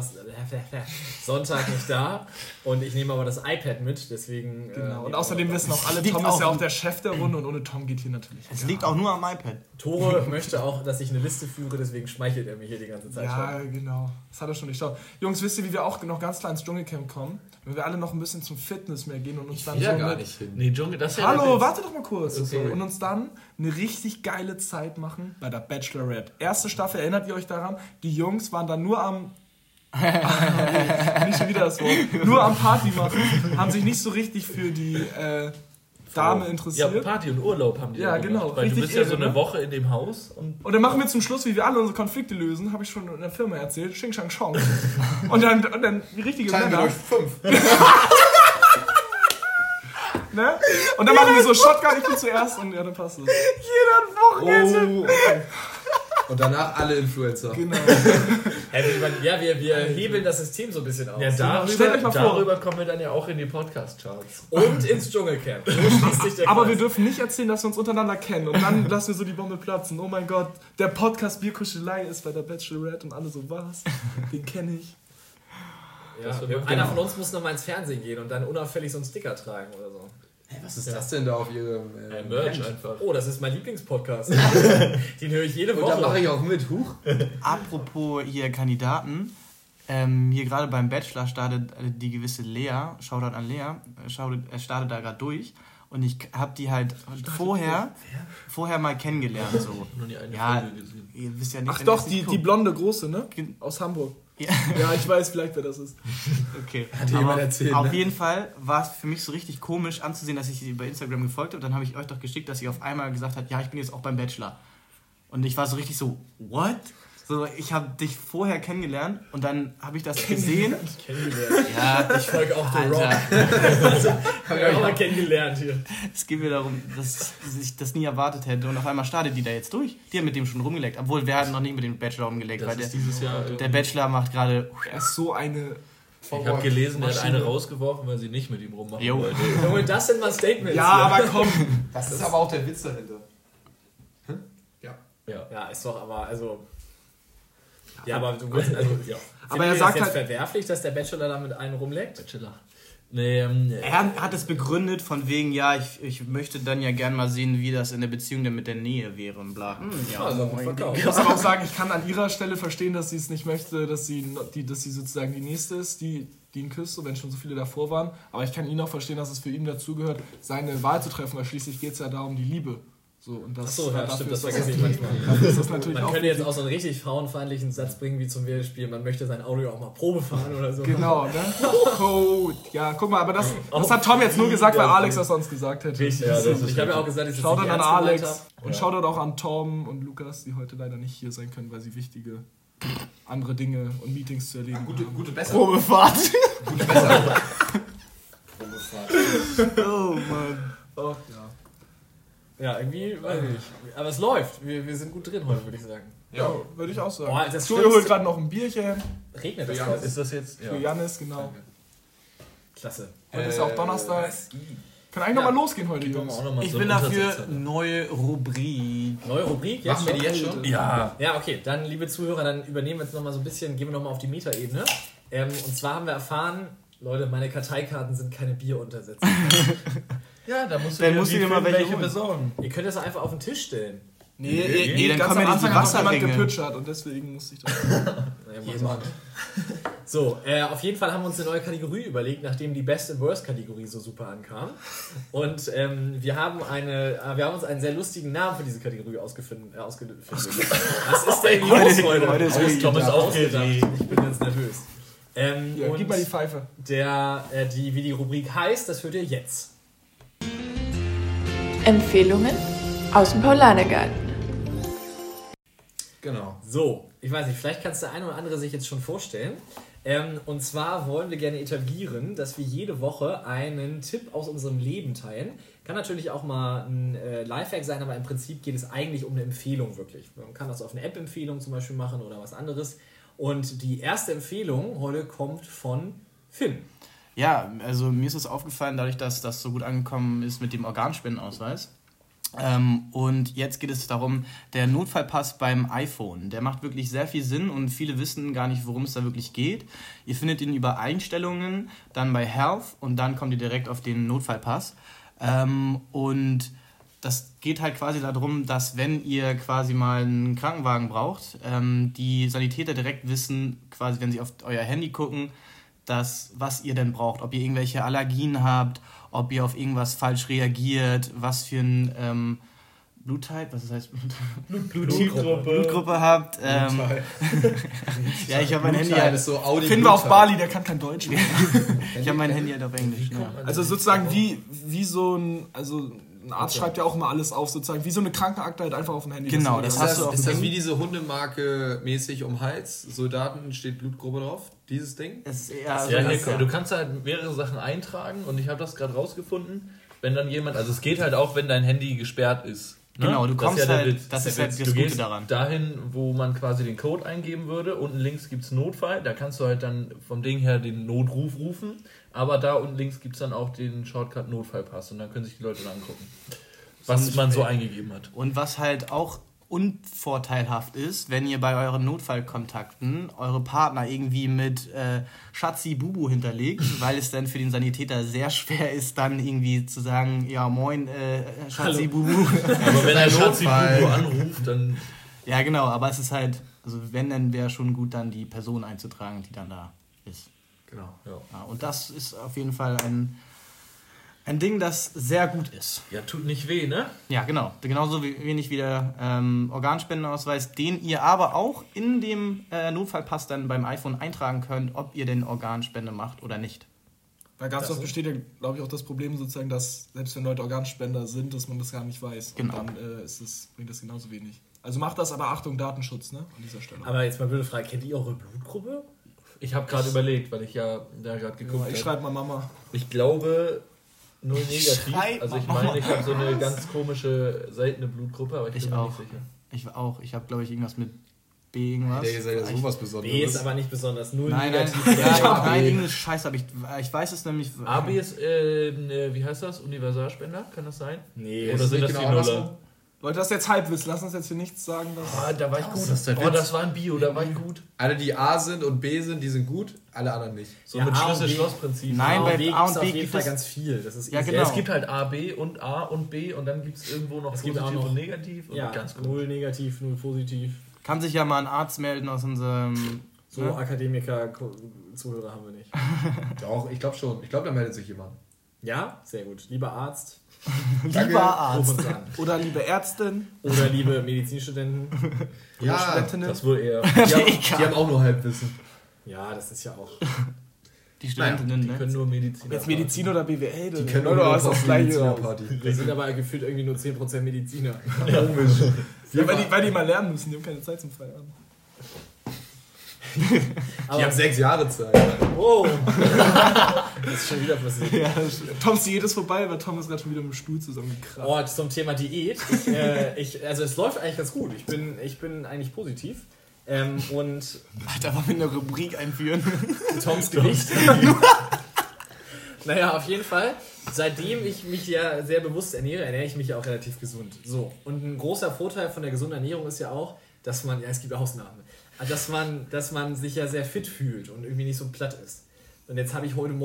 Sonntag nicht da und ich nehme aber das iPad mit, deswegen... Genau. Und außerdem wissen auch alle, liegt Tom ist ja auch- auch der Chef der Runde und ohne Tom geht hier natürlich. Es liegt auch nur am iPad. Tore möchte auch, dass ich eine Liste führe, deswegen schmeichelt er mir hier die ganze Zeit Ja, schon. genau. Das hat er schon nicht. Schau. Jungs, wisst ihr, wie wir auch noch ganz klar ins Dschungelcamp kommen? Wenn wir alle noch ein bisschen zum Fitness mehr gehen und uns dann Ja, so gar mit... nicht hin. Nee, Dschungel, das ist ja... Hallo, warte doch mal kurz. Okay. Und uns dann eine richtig geile Zeit machen bei der Bachelorette. Erste Staffel, erinnert ihr euch daran? Die Jungs waren dann nur am... nicht schon wieder das Wort. Nur am Party machen. Haben sich nicht so richtig für die Dame Ja, interessiert. Party und Urlaub haben die Ja, da gemacht. genau. Weil Richtig du bist ja so irre, eine ne? Woche in dem Haus und... Und dann machen wir zum Schluss, wie wir alle unsere Konflikte lösen, habe ich schon in der Firma erzählt. Xing Shang Chong. Und dann die richtige Teilen wir Männer. durch 5. Ne? Und dann machen wir so Shotgun, ich bin zuerst und ja, dann passt es. Jeder Wochenende. Oh, okay. Und danach alle Influencer. Genau. Wir hebeln das System so ein bisschen aus. Ja, stellt euch mal vor. darüber kommen wir dann ja auch in die Podcast-Charts. Und ins Dschungelcamp. So schließt sich der Aber Kreis. wir dürfen nicht erzählen, dass wir uns untereinander kennen. Und dann lassen wir so die Bombe platzen. Oh mein Gott, der Podcast Bierkuschelei ist bei der Bachelorette und alle so, was? Den kenne ich. Einer von uns muss noch mal ins Fernsehen gehen und dann unauffällig so einen Sticker tragen oder so. Hey, was ist das denn da auf ihrem Merch einfach. Oh, das ist mein Lieblingspodcast. Den höre ich jede Und da mache Woche. ich auch mit. Huch. Apropos hier Kandidaten, hier gerade beim Bachelor startet die gewisse Lea, Shoutout an Lea, startet da gerade durch und ich habe die halt vorher mal kennengelernt. So. Nur die eine Ja, Folge gesehen. ihr wisst ja nicht, Ach wenn doch, ihr die es guckt. blonde Große, ne? Gen- Aus Hamburg. Ja. Ja, ich weiß vielleicht, wer das ist. Okay. Hat dir jemand erzählt, Auf ne? jeden Fall war es für mich so richtig komisch anzusehen, dass ich sie bei Instagram gefolgt habe. Dann habe ich euch doch geschickt, dass sie auf einmal gesagt hat, ja, ich bin jetzt auch beim Bachelor. Und ich war so richtig so, what? So, ich habe dich vorher kennengelernt und dann habe ich das gesehen. Kennengelernt. Ja, Ich folge auch The Rock. Alter, Haben wir auch mal kennengelernt hier. es geht mir darum, dass ich das nie erwartet hätte. Und auf einmal startet die da jetzt durch. Die haben mit dem schon rumgeleckt. Obwohl, wer hat noch nicht mit dem Bachelor rumgeleckt? Das Weil ist dieses Jahr... der Bachelor macht gerade... Er ist so eine... Ich habe gelesen, er hat eine rausgeworfen, weil sie nicht mit ihm rummachen Jo. wollte. Junge, das sind mal Statements. Ja, hier. aber komm. Das ist aber auch der Witz dahinter. Ja, ist doch aber, also... Ja, aber du willst, also... Ja. Aber er Findet ihr sagt das jetzt halt- verwerflich, dass der Bachelor da mit einem rumleckt? Bachelor. Nee, Er hat es begründet von wegen, ja, ich möchte dann ja gern mal sehen, wie das in der Beziehung denn mit der Nähe wäre und bla. Ja, also verkauft. Ich muss aber auch sagen, ich kann an ihrer Stelle verstehen, dass sie es nicht möchte, dass sie sozusagen die Nächste ist, die ihn küsst, so, wenn schon so viele davor waren. Aber ich kann ihn auch verstehen, dass es für ihn dazugehört, seine Wahl zu treffen, weil schließlich geht es ja da um die Liebe. So, und das, Achso, ja, dafür stimmt, das ist vergesse ich manchmal. dafür ist das natürlich Man auch könnte jetzt wichtig. auch so einen richtig frauenfeindlichen Satz bringen, wie zum Beispiel, man möchte sein Auto auch mal Probe fahren oder so. Genau, ne? Code. Ja, guck mal, aber das hat Tom jetzt nur gesagt, weil Alex das sonst gesagt hätte. Richtig. Ja, das ist ich habe ja auch gesagt, dass ich das Shoutout nicht an ernst gemeint Alex habe. und Shoutout auch an Tom und Lukas, die heute leider nicht hier sein können, weil sie wichtige andere Dinge und Meetings zu erledigen haben. Gute Besserung. Probefahrt. Gute Besserung. Oh Mann. Oh, ja. Ja, irgendwie, weiß ich nicht. Aber es läuft. Wir sind gut drin heute, würde ich sagen. Ja, würde ich auch sagen. Boah, das Studio holt Schlimmste- gerade noch ein Bierchen Regnet das Ja, heute? ist das jetzt... für Jannis, genau. Klasse. Heute ist ja auch Donnerstag. Kann eigentlich nochmal losgehen heute, Können wir Jungs. auch noch mal Ich so bin einen dafür Untersetzer. neue Rubrik. Neue Rubrik, jetzt Machen wir die schon? jetzt schon? Ja. Ja, okay, dann liebe Zuhörer, dann übernehmen wir jetzt nochmal so ein bisschen, gehen wir nochmal auf die Metaebene. Und zwar haben wir erfahren, Leute, meine Karteikarten sind keine Bieruntersetzer. Ja, da musst Dann du musst du dir dir mal welche holen. besorgen. Ihr könnt das einfach auf den Tisch stellen. Nee, dann ganz kommen am ja diese Anfang hat noch jemand Wasserringe. gepitchert und deswegen musste ich das. Naja, so, auf jeden Fall haben wir uns eine neue Kategorie überlegt, nachdem die Best and Worst Kategorie so super ankam. Und wir haben uns einen sehr lustigen Namen für diese Kategorie ausgefunden. Was ist denn los heute? Heute ist wirklich Thomas aufgeregt. Ich bin jetzt nervös. Ja, und gib mal die Pfeife. wie die Rubrik heißt, das hört ihr jetzt. Empfehlungen aus dem Paulanergarten. Genau. So, ich weiß nicht, vielleicht kannst der eine oder andere sich jetzt schon vorstellen. Und zwar wollen wir gerne etablieren, dass wir jede Woche einen Tipp aus unserem Leben teilen. Kann natürlich auch mal ein Lifehack sein, aber im Prinzip geht es eigentlich um eine Empfehlung wirklich. Man kann das auf eine App-Empfehlung zum Beispiel machen oder was anderes. Und die erste Empfehlung heute kommt von Finn. Ja, also mir ist es aufgefallen, dadurch, dass das so gut angekommen ist mit dem Organspendenausweis. Und jetzt geht es darum, der Notfallpass beim iPhone, der macht wirklich sehr viel Sinn und viele wissen gar nicht, worum es da wirklich geht. Ihr findet ihn über Einstellungen, dann bei Health und dann kommt ihr direkt auf den Notfallpass. Und das geht halt quasi darum, dass wenn ihr quasi mal einen Krankenwagen braucht, die Sanitäter direkt wissen, quasi wenn sie auf euer Handy gucken, was ihr denn braucht, ob ihr irgendwelche Allergien habt, ob ihr auf irgendwas falsch reagiert, was für ein Bluttype, was das heißt? Blutgruppe habt. Ja, ich habe mein Handy Bluttype halt, ist so Audi. Finn war auf Bluttype. Bali, der kann kein Deutsch mehr. ich habe mein Handy halt auf Englisch. Ja. Also sozusagen wie so ein, also ein Arzt schreibt ja auch immer alles auf, sozusagen wie so eine Krankenakte halt einfach auf dem Handy. Genau, das das hast Ist du das, auf ist dem das wie Handy. diese Hundemarke mäßig um Hals? Soldaten steht Blutgruppe drauf? Dieses Ding? Es ist eher Ja, so, du kannst halt mehrere Sachen eintragen und ich habe das gerade rausgefunden, wenn dann jemand, also es geht halt auch, wenn dein Handy gesperrt ist. Ne? Genau, du Das kommst ist ja der halt, Witz. das ist Der halt Witz. das Du Gute gehst daran. dahin, wo man quasi den Code eingeben würde, unten links gibt es Notfall, da kannst du halt dann vom Ding her den Notruf rufen, aber da unten links gibt es dann auch den Shortcut Notfallpass und dann können sich die Leute dann angucken, was man so eingegeben hat. Und was halt auch unvorteilhaft ist, wenn ihr bei euren Notfallkontakten eure Partner irgendwie mit Schatzi Bubu hinterlegt, weil es dann für den Sanitäter sehr schwer ist, dann irgendwie zu sagen, ja moin Schatzi Bubu. Aber wenn der Schatzi Notfall. Bubu anruft, dann... Ja genau, aber es ist halt, also wenn, dann wäre schon gut, dann die Person einzutragen, die dann da ist. Genau. Ja, und das ist auf jeden Fall ein Ding, das sehr gut ist. Ja, tut nicht weh, ne? Ja, genau. Genauso wenig wie der Organspendenausweis, den ihr aber auch in dem Notfallpass dann beim iPhone eintragen könnt, ob ihr denn Organspende macht oder nicht. Weil ganz oft besteht ja, glaube ich, auch das Problem sozusagen, dass selbst wenn Leute Organspender sind, dass man das gar nicht weiß. Genau. Und dann bringt das genauso wenig. Also macht das, aber Achtung, Datenschutz, ne? An dieser Stelle. Aber jetzt mal blöde Frage, kennt ihr eure Blutgruppe? Ich habe gerade überlegt, weil ich ja da gerade geguckt ich habe. schreibe mal Mama. Ich glaube, null negativ. Schreib Also ich mal meine, ich habe so eine ganz komische, seltene Blutgruppe, aber ich bin Ich mir auch. nicht sicher. Ich auch. Ich habe, glaube ich, irgendwas mit B irgendwas. Ihr seid ja sowas Besonderes. B ist aber nicht besonders, null Nein, negativ. nein, irgendeine Scheiße habe ich weiß es nämlich. AB ist, wie heißt das? Universalspender? Kann das sein? Nee, Oder sind das nicht die genau Nuller? Leute, das ist jetzt Halbwissen. Lass uns jetzt hier nichts sagen. Dass Da war ich gut. das ist der Oh, Witz. das war ein Bio, da war ich gut. Alle, die A sind und B sind, die sind gut, alle anderen nicht. So Ja, mit A und B. Schlüssel-Schloss-Prinzip. Nein, bei B A und gibt's B auf jeden gibt Fall es- ganz viel. Das ist Ja, easy. genau. Ja, es gibt halt A, B und A und B und dann gibt es irgendwo noch Es gibt positiv auch noch- und negativ und Ja, ganz gut. null negativ, null positiv. Kann sich ja mal ein Arzt melden aus unserem. So ne? Akademiker-Zuhörer haben wir nicht. Doch, ich glaube schon. Ich glaube, da meldet sich jemand. Ja, sehr gut. Lieber Arzt, Lieber ruf Arzt. uns an. oder liebe Ärztin, Oder liebe Medizinstudenten. Ja, Studentinnen. Das wohl eher. die haben auch nur Halbwissen. Ja, das ist ja auch. Die Studentinnen, Die ne? können nur Medizin. jetzt Medizin oder BWL. Die können Leute, nur hast das gleiche raus. Medizinerparty. Wir sind aber gefühlt irgendwie nur 10% Mediziner. Ja, weil die mal lernen müssen, die haben keine Zeit zum Feiern. Die haben 6 Jahre Zeit. Oh! Das ist schon wieder passiert. Ja, Toms Diät ist vorbei, weil Tom ist gerade schon wieder mit dem Stuhl zusammengekracht. Oh, zum Thema Diät. Also es läuft eigentlich ganz gut. Ich bin eigentlich positiv. Und Alter, wollen wir eine Rubrik einführen? Toms Gewicht. Naja, auf jeden Fall, seitdem ich mich ja sehr bewusst ernähre ich mich ja auch relativ gesund. So. Und ein großer Vorteil von der gesunden Ernährung ist ja auch, dass man, es gibt Ausnahmen, dass man sich ja sehr fit fühlt und irgendwie nicht so platt ist. Und jetzt habe ich heute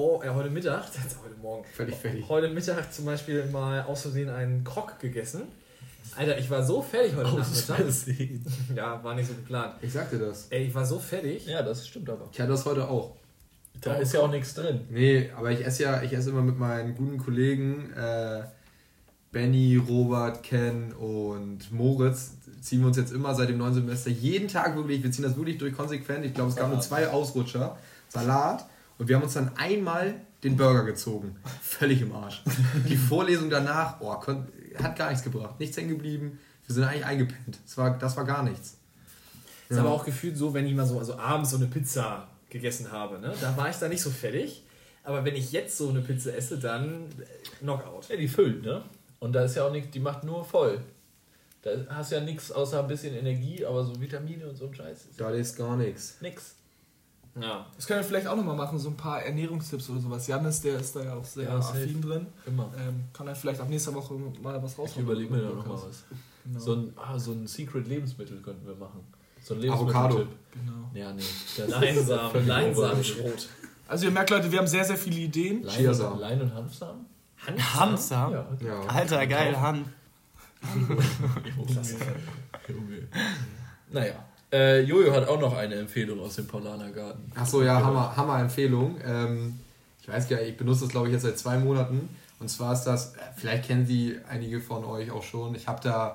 Mittag zum Beispiel mal aus Versehen einen Krog gegessen. Alter, ich war so fertig heute Nachmittag. Ja, war nicht so geplant. Ich sagte das. Ey, ich war so fertig. Ja, das stimmt aber. Ich hatte das heute auch. Da ist ja auch nichts drin. Nee, aber ich esse immer mit meinen guten Kollegen Benny, Robert, Ken und Moritz. Ziehen wir uns jetzt immer seit dem neuen Semester jeden Tag wirklich, wir ziehen das wirklich durch konsequent. Ich glaube, es gab nur 2 Ausrutscher. Salat. Und wir haben uns dann einmal den Burger gezogen. Völlig im Arsch. Die Vorlesung danach, hat gar nichts gebracht. Nichts hängen geblieben. Wir sind eigentlich eingepennt. Das war gar nichts. Ist aber auch gefühlt so, wenn ich mal so abends so eine Pizza gegessen habe, ne? Da war ich da nicht so fertig. Aber wenn ich jetzt so eine Pizza esse, dann Knockout. Ja, die füllt, ne? Und da ist ja auch nichts, die macht nur voll. Da hast du ja nichts außer ein bisschen Energie, aber so Vitamine und so ein Scheiß. Da ist gar nichts. Nix. Ja. Das können wir vielleicht auch nochmal machen, so ein paar Ernährungstipps oder sowas. Janis, der ist da ja auch sehr affin drin. Immer. Kann er vielleicht ab nächster Woche mal was raushauen. Ich überlege mir da nochmal was. Genau. So ein Secret-Lebensmittel könnten wir machen. So ein Avocado. Lebensmittel-Tipp. Genau. Ja, nee. Leinsamen-Schrot. Also ihr merkt, Leute, wir haben sehr, sehr viele Ideen. Lein- und Hanfsamen? Hanfsamen? Ja. Alter, geil, Hanf. Junge. Naja. Jojo hat auch noch eine Empfehlung aus dem Paulanergarten. Achso, ja, Hammer-Empfehlung. Ich weiß gar nicht, ich benutze das glaube ich jetzt seit 2 Monaten. Und zwar ist das, vielleicht kennen Sie einige von euch auch schon, ich habe da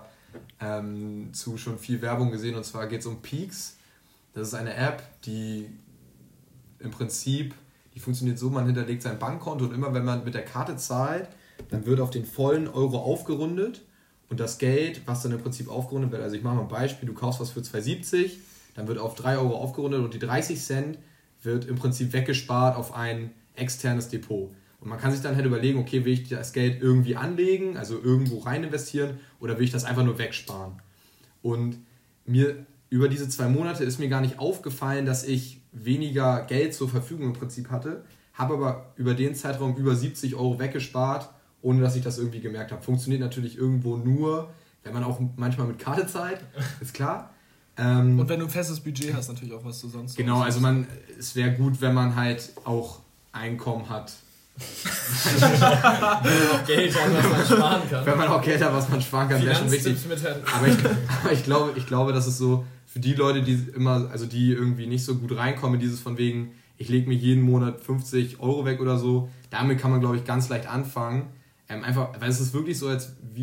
zu schon viel Werbung gesehen, und zwar geht es um Peaks. Das ist eine App, die im Prinzip, die funktioniert so, man hinterlegt sein Bankkonto und immer wenn man mit der Karte zahlt, dann wird auf den vollen Euro aufgerundet. Und das Geld, was dann im Prinzip aufgerundet wird, also ich mache mal ein Beispiel, du kaufst was für 2,70, dann wird auf 3 Euro aufgerundet und die 30 Cent wird im Prinzip weggespart auf ein externes Depot. Und man kann sich dann halt überlegen, okay, will ich das Geld irgendwie anlegen, also irgendwo rein investieren, oder will ich das einfach nur wegsparen? Und mir über diese 2 Monate ist mir gar nicht aufgefallen, dass ich weniger Geld zur Verfügung im Prinzip hatte, habe aber über den Zeitraum über 70 Euro weggespart, ohne dass ich das irgendwie gemerkt habe. Funktioniert natürlich irgendwo nur, wenn man auch manchmal mit Karte zahlt, ist klar. Und wenn du ein festes Budget hast, natürlich auch, was du sonst... Genau, also es wäre gut, wenn man halt auch Einkommen hat. Wenn man auch Geld hat, was man sparen kann. Wenn man auch Geld hat, was man sparen kann, wäre schon wichtig. Aber ich glaube, das ist so, für die Leute, die irgendwie nicht so gut reinkommen, dieses von wegen, ich lege mir jeden Monat 50 Euro weg oder so, damit kann man, glaube ich, ganz leicht anfangen. Einfach, weil es ist wirklich so,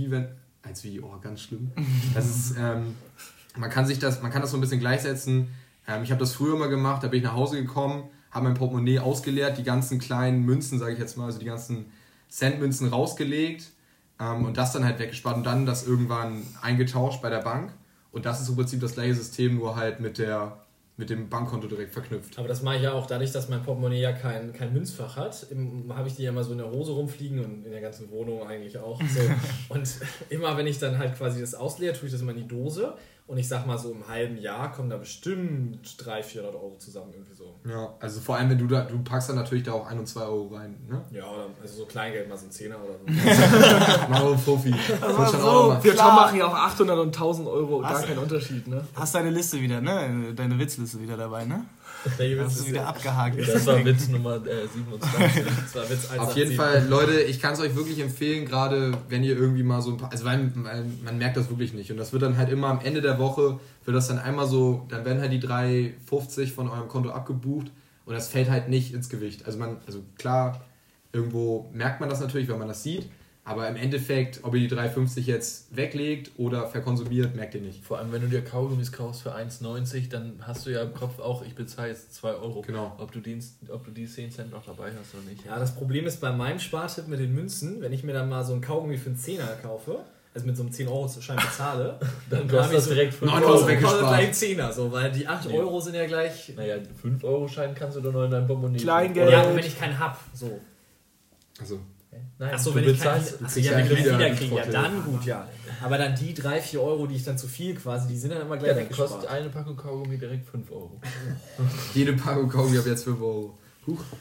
ganz schlimm. Das ist, man kann das so ein bisschen gleichsetzen. Ich habe das früher mal gemacht, da bin ich nach Hause gekommen, habe mein Portemonnaie ausgeleert, die ganzen kleinen Münzen, sage ich jetzt mal, also die ganzen Centmünzen rausgelegt und das dann halt weggespart und dann das irgendwann eingetauscht bei der Bank. Und das ist im Prinzip das gleiche System, nur halt mit dem Bankkonto direkt verknüpft. Aber das mache ich ja auch dadurch, dass mein Portemonnaie ja kein Münzfach hat. Habe ich die ja immer so in der Hose rumfliegen und in der ganzen Wohnung eigentlich auch. So. Und immer wenn ich dann halt quasi das ausleere, tue ich das immer in die Dose. Und ich sag mal so im halben Jahr kommen da bestimmt 300-400 Euro zusammen irgendwie so. Ja, also vor allem, wenn du packst dann natürlich da auch 1 und 2 Euro rein, ne? Ja, also so Kleingeld, mal so ein Zehner oder so. Mal ein Profi. Wir machen ja auch 800 und 1000 Euro, gar kein Unterschied, ne? Hast deine Liste wieder, ne? Deine Witzliste wieder dabei, ne? Hast du wieder abgehakt. Das war Witz Nummer 27. Das war Witz 187. Auf jeden Fall, Leute, ich kann es euch wirklich empfehlen, gerade wenn ihr irgendwie mal so ein paar, also weil man merkt das wirklich nicht und das wird dann halt immer am Ende der Woche, wird das dann einmal so, dann werden halt die 3,50 von eurem Konto abgebucht und das fällt halt nicht ins Gewicht. Also klar, irgendwo merkt man das natürlich, wenn man das sieht, aber im Endeffekt, ob ihr die 3,50 jetzt weglegt oder verkonsumiert, merkt ihr nicht. Vor allem, wenn du dir Kaugummis kaufst für 1,90, dann hast du ja im Kopf auch, ich bezahle jetzt 2 Euro. Genau. Ob du die 10 Cent noch dabei hast oder nicht. Ja, das Problem ist bei meinem Spartipp mit den Münzen, wenn ich mir dann mal so ein Kaugummi für einen Zehner kaufe, also mit so einem 10-Euro-Schein bezahle, dann kostet das direkt 5 9 Euro. Euro weggespart. Kostet gleich 10er, so, weil die 8 Euro sind ja gleich... Naja, 5-Euro-Schein kannst du doch noch in deinem Portemonnaie. Kleingeld. Ja, aber wenn ich keinen hab, so. Also. Nein, Achso, du wenn ich bezahlst, wenn ich keinen wiederkriege, ja Vorteil. dann gut, ja. Aber dann die 3-4 Euro, die ich dann zu viel quasi, die sind dann immer gleich ja, dann weggespart. kostet eine Packung Kaugummi direkt 5 Euro. Jede Packung Kaugummi ab jetzt 5 Euro. Huch.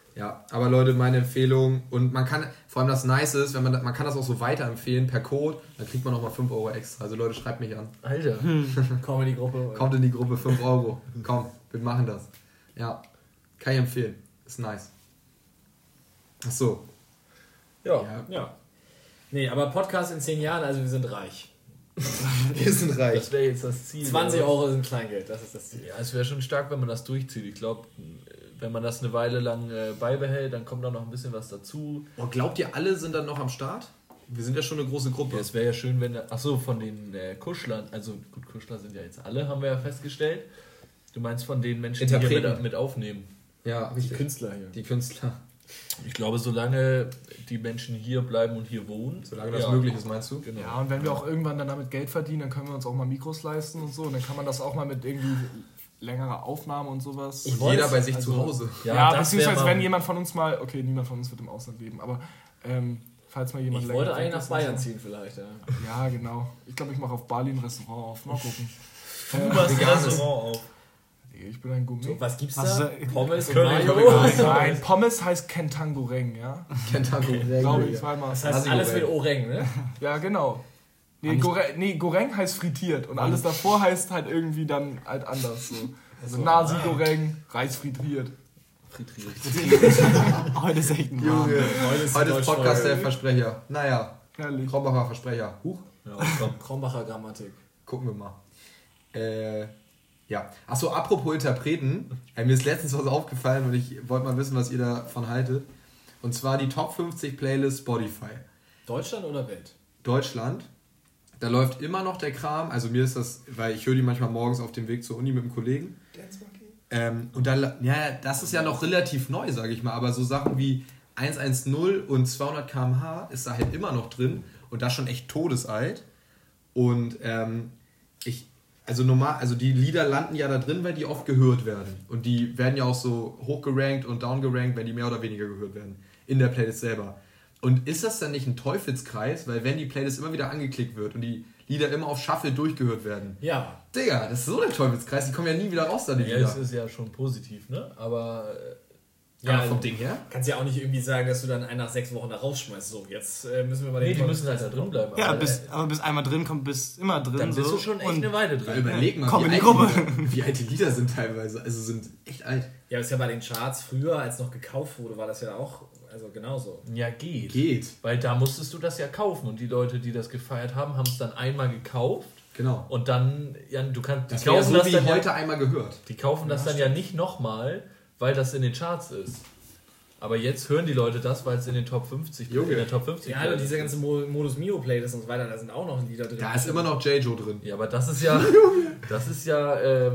Ja, aber Leute, meine Empfehlung, und man kann, vor allem das Nice ist, wenn man kann das auch so weiterempfehlen per Code, dann kriegt man nochmal 5 Euro extra. Also Leute, schreibt mich an. Alter. Komm in die Gruppe. Kommt in die Gruppe, 5 Euro. Komm, wir machen das. Ja, kann ich empfehlen. Ist nice. Ach so. Ja. Nee, aber Podcast in 10 Jahren, also wir sind reich. Wir sind reich. Das wäre jetzt das Ziel. 20 Euro sind Kleingeld, das ist das Ziel. Ja, es wäre schon stark, wenn man das durchzieht. Ich glaube, wenn man das eine Weile lang beibehält, dann kommt da noch ein bisschen was dazu. Oh, glaubt ihr, alle sind dann noch am Start? Wir sind ja schon eine große Gruppe. Ja, es wäre ja schön, wenn... Achso, von den Kuschlern, also gut, Kuschler sind ja jetzt alle, haben wir ja festgestellt. Du meinst von den Menschen, die hier mit aufnehmen. Ja, richtig. Die Künstler hier. Die Künstler. Ich glaube, solange die Menschen hier bleiben und hier wohnen... Solange das möglich ist, meinst du? Genau. Ja, und wenn wir auch irgendwann dann damit Geld verdienen, dann können wir uns auch mal Mikros leisten und so. Und dann kann man das auch mal mit irgendwie längerer Aufnahme und sowas. Jeder bei sich zu Hause. Ja, das beziehungsweise wenn jemand von uns mal, okay, niemand von uns wird im Ausland leben, aber falls mal jemand Ich wollte weg eigentlich nach ist Bayern und so. ziehen vielleicht, ja. Ja, genau. Ich glaube, ich mache auf Bali ein Restaurant auf. Mal gucken. Du machst ein Restaurant auf. Ich bin ein Gourmet. So, was gibt's Was da? ist Pommes und Curry, Mayo? Nein, Pommes heißt Kentangoreng, ja? Glaube ich zweimal. Das heißt alles mit Orang, ne? Ja, genau. Nee, Goreng heißt frittiert und alles davor heißt halt irgendwie dann halt anders. So. Also Nasi Goreng, Reis frittiert. Heute ist echt ein Junge, Heute heute ist Podcast der Versprecher. Naja, Herrlich. Krombacher Versprecher. Huch, Ja, komm. Krombacher Grammatik. gucken wir mal. Ja. Achso, apropos Interpreten. Mir ist letztens was aufgefallen und ich wollte mal wissen, was ihr davon haltet. Und zwar die Top 50 Playlist Spotify. Deutschland oder Welt? Deutschland. Da läuft immer noch der Kram. Also mir ist das, weil ich höre die manchmal morgens auf dem Weg zur Uni mit einem Kollegen. Und dann, ja, das ist ja noch relativ neu, sage ich mal. Aber so Sachen wie 110 und 200 km/h ist da halt immer noch drin. Und das schon echt todesalt. Und also die Lieder landen ja da drin, weil die oft gehört werden. Und die werden ja auch so hochgerankt und downgerankt, wenn die mehr oder weniger gehört werden. In der Playlist selber. Und ist das dann nicht ein Teufelskreis? Weil wenn die Playlist immer wieder angeklickt wird und die Lieder immer auf Shuffle durchgehört werden. Ja. Digga, das ist so der Teufelskreis, die kommen ja nie wieder raus, da die Ja, Lieder. es ist ja schon positiv, ne? Aber Ja, vom Ding her. Kannst ja auch nicht irgendwie sagen, dass du dann einen nach 6 Wochen da rausschmeißt. So, jetzt müssen wir mal nee, den die müssen halt da drin bleiben. Ja, aber, bis einmal drin kommt, bist immer drin. dann bist so. du schon echt Und eine Weile Ja, drin. überleg mal, Komm in die alt Gruppe. wie alt die Lieder sind teilweise. Also sind echt alt. Ja, aber ist ja bei den Charts früher, als noch gekauft wurde, war das ja auch genauso. Ja, geht. Geht. Weil da musstest du das ja kaufen und die Leute, die das gefeiert haben, haben es dann einmal gekauft Genau. und dann, ja, du kannst, Das die wäre kaufen so das wie dann heute ja, einmal gehört. die kaufen das dann ja nicht nochmal, weil das in den Charts ist. Aber jetzt hören die Leute das, weil es in den Top 50 Junge. in der Top 50 Ja, und diese ganze Modus Mio Playlist und so weiter, da sind auch noch Lieder drin. Da ist immer noch J-Joe drin. Ja, aber das ist ja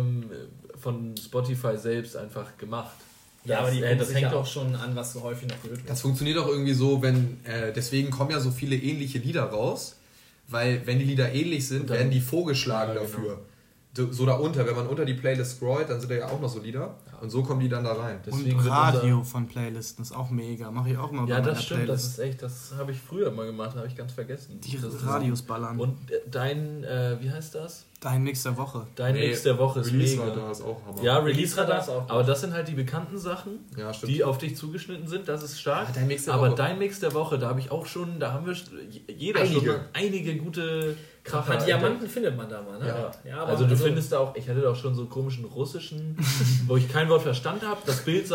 von Spotify selbst einfach gemacht. Ja, aber die das das hängt ja doch auch schon an, was so häufig noch gehört wird. Das funktioniert auch irgendwie so, wenn deswegen kommen ja so viele ähnliche Lieder raus, weil wenn die Lieder ähnlich sind, Dann- werden die vorgeschlagen Ja, dafür. So da unter, wenn man unter die Playlist scrollt, dann sind da ja auch noch so Lieder und so kommen die dann da rein. Deswegen Und wird Radio von Playlisten ist auch mega. Mache ich auch mal Ja, bei meiner das stimmt, das Playlist. ist echt, das habe ich früher mal gemacht, habe ich ganz vergessen. Die Das ist- Radios ballern. Und dein, wie heißt das? Dein Mix der Woche. Dein Mix der Woche ist mega. da ist auch Hammer. Ja, Release-Radar Release-Radar, ist auch gut. aber das sind halt die bekannten Sachen, Ja, stimmt. die auf dich zugeschnitten sind, das ist stark. Ah, dein Mix der aber Woche. dein Mix der Woche, da habe ich auch schon, da haben wir jeder Einige. schon einige gute Kracher. Ein paar Diamanten findet man da mal, ne? Ja, aber also du findest da auch, ich hatte da auch schon so komischen russischen, wo ich kein Wort verstanden habe. Das Bild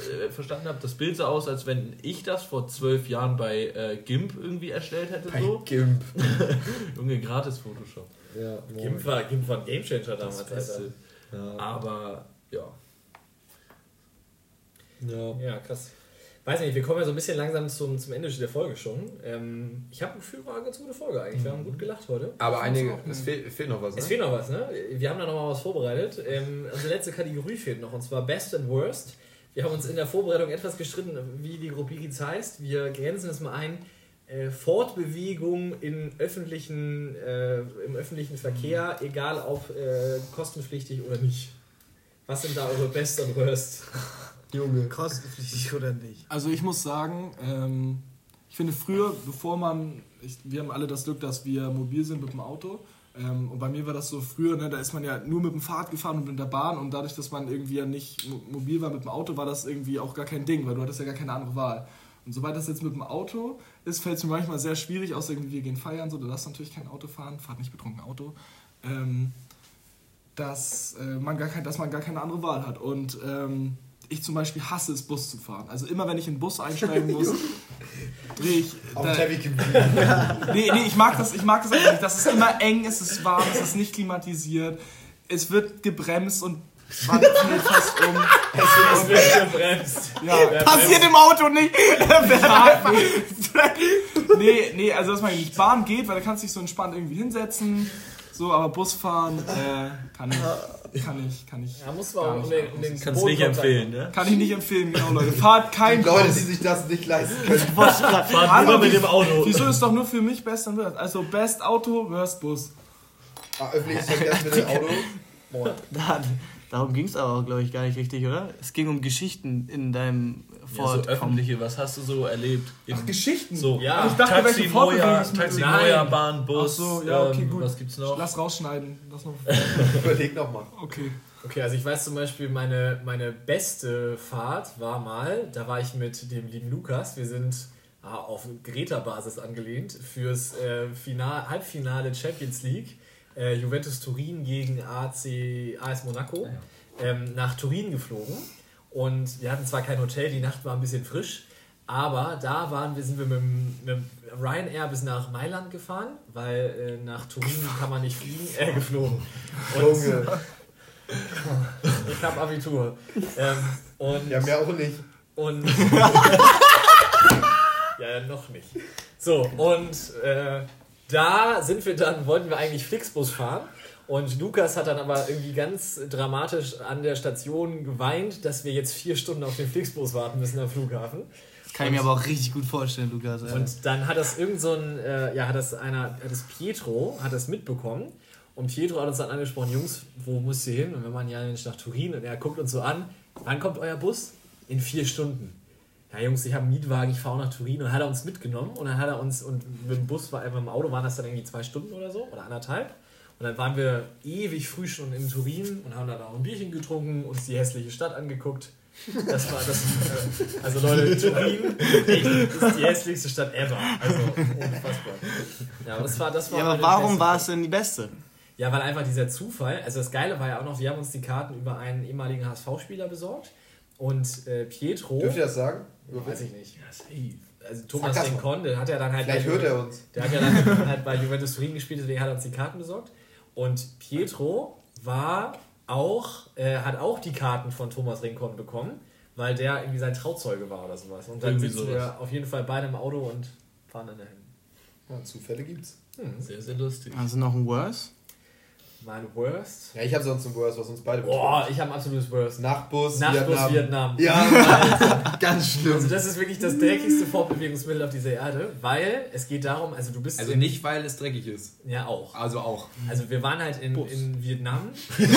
sah aus, als wenn ich das vor 12 Jahren bei GIMP irgendwie erstellt hätte. So. Gimp. Junge, gratis Photoshop. Ja, GIMP war ein Gamechanger damals, Das Alter. Beste. Ja. Aber ja. Ja. Ja, krass. Weiß nicht, wir kommen ja so ein bisschen langsam zum Ende der Folge schon. Ich habe ein Gefühl, war eine ganz gute Folge eigentlich. Wir haben gut gelacht heute. Aber es fehlt noch was, ne? Es fehlt noch was, ne? Wir haben da noch mal was vorbereitet. Unsere letzte Kategorie fehlt noch, und zwar Best and Worst. Wir haben uns in der Vorbereitung etwas gestritten, wie die Rubrik jetzt heißt. Wir grenzen es mal ein. Fortbewegung im öffentlichen Verkehr, egal ob kostenpflichtig oder nicht. Was sind da eure Best und Worst? Junge. Kostenpflichtig oder nicht? Also ich muss sagen, ich finde früher, wir haben alle das Glück, dass wir mobil sind mit dem Auto. Und bei mir war das so früher, ne, da ist man ja nur mit dem Fahrrad gefahren und mit der Bahn und dadurch, dass man irgendwie ja nicht mobil war mit dem Auto, war das irgendwie auch gar kein Ding, weil du hattest ja gar keine andere Wahl. Und sobald das jetzt mit dem Auto ist, fällt es mir manchmal sehr schwierig, außer irgendwie wir gehen feiern, so, du darfst natürlich kein Auto fahren, fahrt nicht betrunken Auto, dass man gar keine andere Wahl hat. Und ich zum Beispiel hasse es, Bus zu fahren. Also immer, wenn ich in den Bus einsteigen muss, drehe ich... Nee, ich mag das einfach nicht. Das ist immer eng, es ist warm, es ist nicht klimatisiert, es wird gebremst und man fällt fast um. Es wird gebremst. Ja, Passiert im Auto nicht! Nee, also das meine ich nicht. Bahn geht, weil da kannst du dich so entspannt irgendwie hinsetzen. So, aber Busfahren kann ich. Ja, muss man um den Kannst du nicht empfehlen, ne? Kann ich nicht empfehlen, genau, Leute. Fahrt kein Leute, Bus. die sich das nicht leisten können. Fahren immer mit dem Auto. Wieso ist doch nur für mich Best and Worst? Also Best Auto, Worst Bus. Öffentliches Verkehrsmittel, Auto. Darum ging es aber, glaube ich, gar nicht richtig, oder? Es ging um Geschichten in deinem Ja, so öffentliche, was hast du so erlebt? Ach, Geschichten? So, Ja, ich dachte, Taxi, welche Fortbewegung Moja, ist mit- Taxi, Nein. Moja, Bahn, Bus. Ach so, ja, okay, gut. Was gibt's noch? Lass rausschneiden. Überleg nochmal. Okay. Okay, also ich weiß zum Beispiel, meine beste Fahrt war mal, da war ich mit dem lieben Lukas, wir sind auf Greta-Basis angelehnt, fürs Halbfinale Champions League, Juventus Turin gegen AS Monaco, nach Turin geflogen. Und wir hatten zwar kein Hotel, die Nacht war ein bisschen frisch, aber da sind wir mit Ryanair bis nach Mailand gefahren, weil nach Turin kann man nicht fliegen, geflogen. Und ich habe Abitur. Und Ja, mehr auch nicht. und ja, noch nicht. So, und da wollten wir eigentlich Flixbus fahren. Und Lukas hat dann aber irgendwie ganz dramatisch an der Station geweint, dass wir jetzt 4 Stunden auf den Flixbus warten müssen am Flughafen. Kann ich mir aber auch richtig gut vorstellen, Lukas. Und dann hat das Pietro hat das mitbekommen. Und Pietro hat uns dann angesprochen, Jungs, wo müsst ihr hin? Und wir waren ja nicht nach Turin. Und er guckt uns so an, wann kommt euer Bus? In 4 Stunden. Ja, Jungs, ich habe einen Mietwagen, ich fahre auch nach Turin. Und dann hat er uns mitgenommen. Und dann hat er uns, und mit dem Bus, mit dem Auto waren das dann irgendwie 2 Stunden oder so, oder 1,5. Und dann waren wir ewig früh schon in Turin und haben dann auch ein Bierchen getrunken, uns die hässliche Stadt angeguckt. Das war das. Also Leute, Turin ist die hässlichste Stadt ever. Also unfassbar. Ja, das war ja, aber warum war es denn die beste? Ja, weil einfach dieser Zufall, also das Geile war ja auch noch, wir haben uns die Karten über einen ehemaligen HSV-Spieler besorgt und Pietro... Dürft ihr das sagen? Weiß ich nicht. Also Thomas Rincon, der hat ja dann halt... Vielleicht hört er uns. Der hat ja dann halt bei Juventus Turin gespielt, deswegen hat er uns die Karten besorgt. Und Pietro hat auch die Karten von Thomas Rincon bekommen, weil der irgendwie sein Trauzeuge war oder sowas. Und dann Irgendwie sitzen sowas. wir auf jeden Fall beide im Auto und fahren dann dahin. Ja, Zufälle gibt's. Sehr, sehr lustig. Also noch ein Worst? Mein Worst? Ja, ich habe sonst ein Worst, was uns beide Boah, ich habe ein absolutes Worst. Nachtbus, Vietnam. Ja, Alter, ganz schlimm. Also das ist wirklich das dreckigste Fortbewegungsmittel auf dieser Erde, weil es geht darum, also du bist... Also nicht, weil es dreckig ist. Ja, auch. Also auch. Also wir waren halt in Vietnam.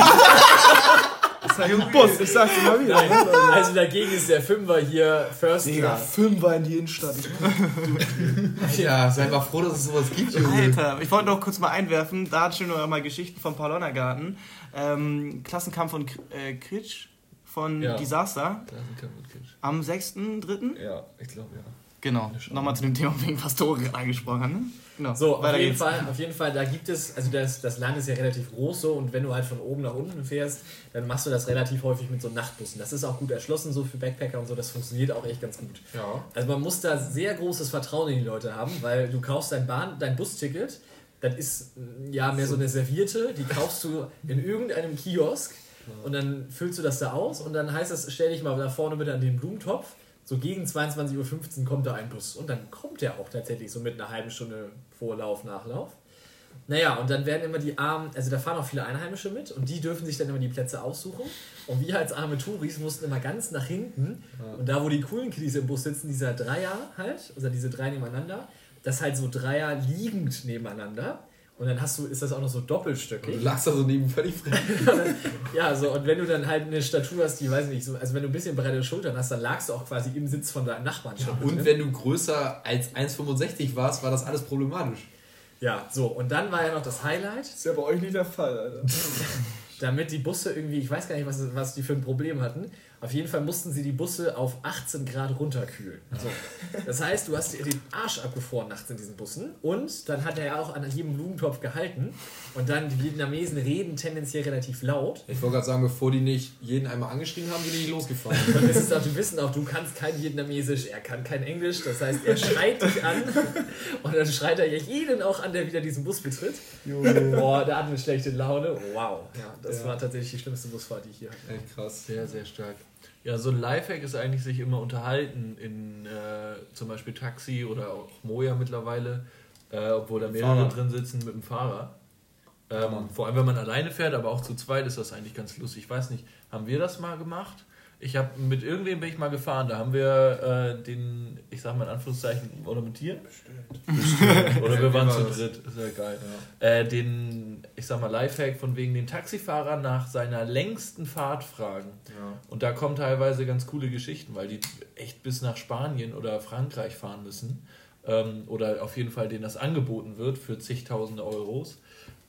Bus, ich sag's immer wieder. Nein, also dagegen ist der Fünfer hier First Digga, Class. 5er in die Innenstadt. Ja, sei mal froh, dass es sowas gibt, Junge. Alter, ich wollte noch kurz mal einwerfen, da hat schon noch mal Geschichten vom Paul-Lonner-Garten. Klassenkampf von Kritsch von Ja. Disaster am 6.3. Ja, ich glaube, ja. Genau, nochmal zu dem Thema, wegen was Tore gerade angesprochen hat. Ne? Genau. So, auf weiter jeden geht's. Fall, da gibt es, also das Land ist ja relativ groß so und wenn du halt von oben nach unten fährst, dann machst du das relativ häufig mit so Nachtbussen. Das ist auch gut erschlossen so für Backpacker und so, das funktioniert auch echt ganz gut. Ja. Also man muss da sehr großes Vertrauen in die Leute haben, weil du kaufst dein Busticket, das ist ja mehr so eine Serviette, die kaufst du in irgendeinem Kiosk und dann füllst du das da aus und dann heißt es, stell dich mal da vorne bitte an den Blumentopf, so gegen 22:15 Uhr kommt da ein Bus und dann kommt der auch tatsächlich so mit einer halben Stunde Vorlauf, Nachlauf. Naja, und dann werden immer die Armen, also da fahren auch viele Einheimische mit und die dürfen sich dann immer die Plätze aussuchen und wir als arme Touris mussten immer ganz nach hinten und da, wo die coolen Kiddies im Bus sitzen, dieser Dreier halt, also diese 3 nebeneinander, das halt so Dreier liegend nebeneinander und dann ist das auch noch so doppelstöckig. Du lagst da so neben völlig fremd. Ja, so, und wenn du dann halt eine Statur hast, die, weiß nicht, so, also wenn du ein bisschen breite Schultern hast, dann lagst du auch quasi im Sitz von deinem Nachbarn schon. Und wenn du größer als 1,65 warst, war das alles problematisch. Ja, so, und dann war ja noch das Highlight. Ist ja bei euch nicht der Fall, Alter. Damit die Busse irgendwie, ich weiß gar nicht, was die für ein Problem hatten. Auf jeden Fall mussten sie die Busse auf 18 Grad runterkühlen. So. Das heißt, du hast dir den Arsch abgefroren nachts in diesen Bussen und dann hat er ja auch an jedem Blumentopf gehalten und dann die Vietnamesen reden tendenziell relativ laut. Ich wollte gerade sagen, bevor die nicht jeden einmal angeschrien haben, sind die nicht losgefahren. Und es ist auch, die wissen auch, du kannst kein Vietnamesisch, er kann kein Englisch, das heißt, er schreit dich an und dann schreit er jeden auch an, der wieder diesen Bus betritt. Boah, da hatten wir schlechte Laune. Wow, ja, das war tatsächlich die schlimmste Busfahrt, die ich hier hatte. Echt krass. Sehr, sehr stark. Ja, so ein Lifehack ist eigentlich sich immer unterhalten in zum Beispiel Taxi oder auch Moja mittlerweile, obwohl da mehrere drin sitzen mit dem Fahrer. Vor allem, wenn man alleine fährt, aber auch zu zweit ist das eigentlich ganz lustig. Ich weiß nicht, haben wir das mal gemacht? Ich habe mit irgendwem bin ich mal gefahren, da haben wir den, ich sag mal in Anführungszeichen, oder mit dir? Bestimmt. Oder wir waren zu dritt, ist ja geil. Ja. Den, ich sag mal, Lifehack von wegen den Taxifahrer nach seiner längsten Fahrt fragen. Ja. Und da kommen teilweise ganz coole Geschichten, weil die echt bis nach Spanien oder Frankreich fahren müssen. Oder auf jeden Fall denen das angeboten wird für zigtausende Euros.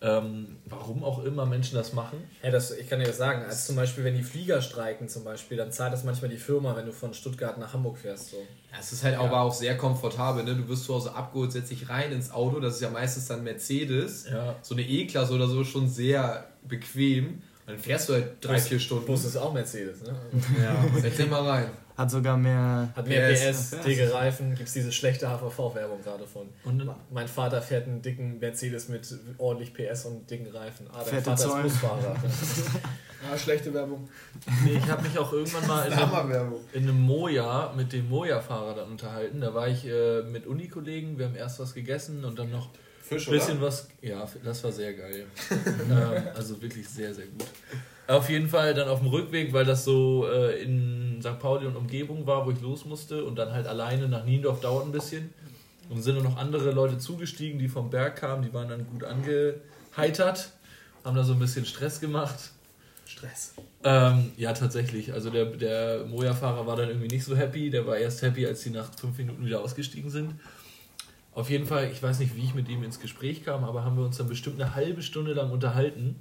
Warum auch immer Menschen das machen. Ja, ich kann dir das sagen, als zum Beispiel, wenn die Flieger streiken zum Beispiel, dann zahlt das manchmal die Firma, wenn du von Stuttgart nach Hamburg fährst. So. Ja, es ist halt aber auch sehr komfortabel, ne? Du wirst zu Hause abgeholt, setzt dich rein ins Auto, das ist ja meistens dann Mercedes, so eine E-Klasse oder so, schon sehr bequem. Und dann fährst du halt 3-4 Stunden. Bus ist auch Mercedes, ne? Ja, setz dich mal rein. Hat sogar mehr PS, dicke Reifen, gibt es diese schlechte HVV-Werbung gerade von. Und mein Vater fährt einen dicken Mercedes mit ordentlich PS und dicken Reifen. Dein Vater ist Busfahrer. Ja, schlechte Werbung. Nee, ich habe mich auch irgendwann mal in einem Moja mit dem Moja-Fahrer dann unterhalten. Da war ich mit Unikollegen, wir haben erst was gegessen und dann noch Fisch, ein bisschen was. Ja, das war sehr geil. Also wirklich sehr, sehr gut. Auf jeden Fall dann auf dem Rückweg, weil das so in St. Pauli und Umgebung war, wo ich los musste und dann halt alleine nach Niendorf dauert ein bisschen. Und sind dann noch andere Leute zugestiegen, die vom Berg kamen, die waren dann gut angeheitert, haben da so ein bisschen Stress gemacht. Stress. Ja, tatsächlich. Also der Moja-Fahrer war dann irgendwie nicht so happy, der war erst happy, als die nach 5 Minuten wieder ausgestiegen sind. Auf jeden Fall, ich weiß nicht, wie ich mit ihm ins Gespräch kam, aber haben wir uns dann bestimmt eine halbe Stunde lang unterhalten.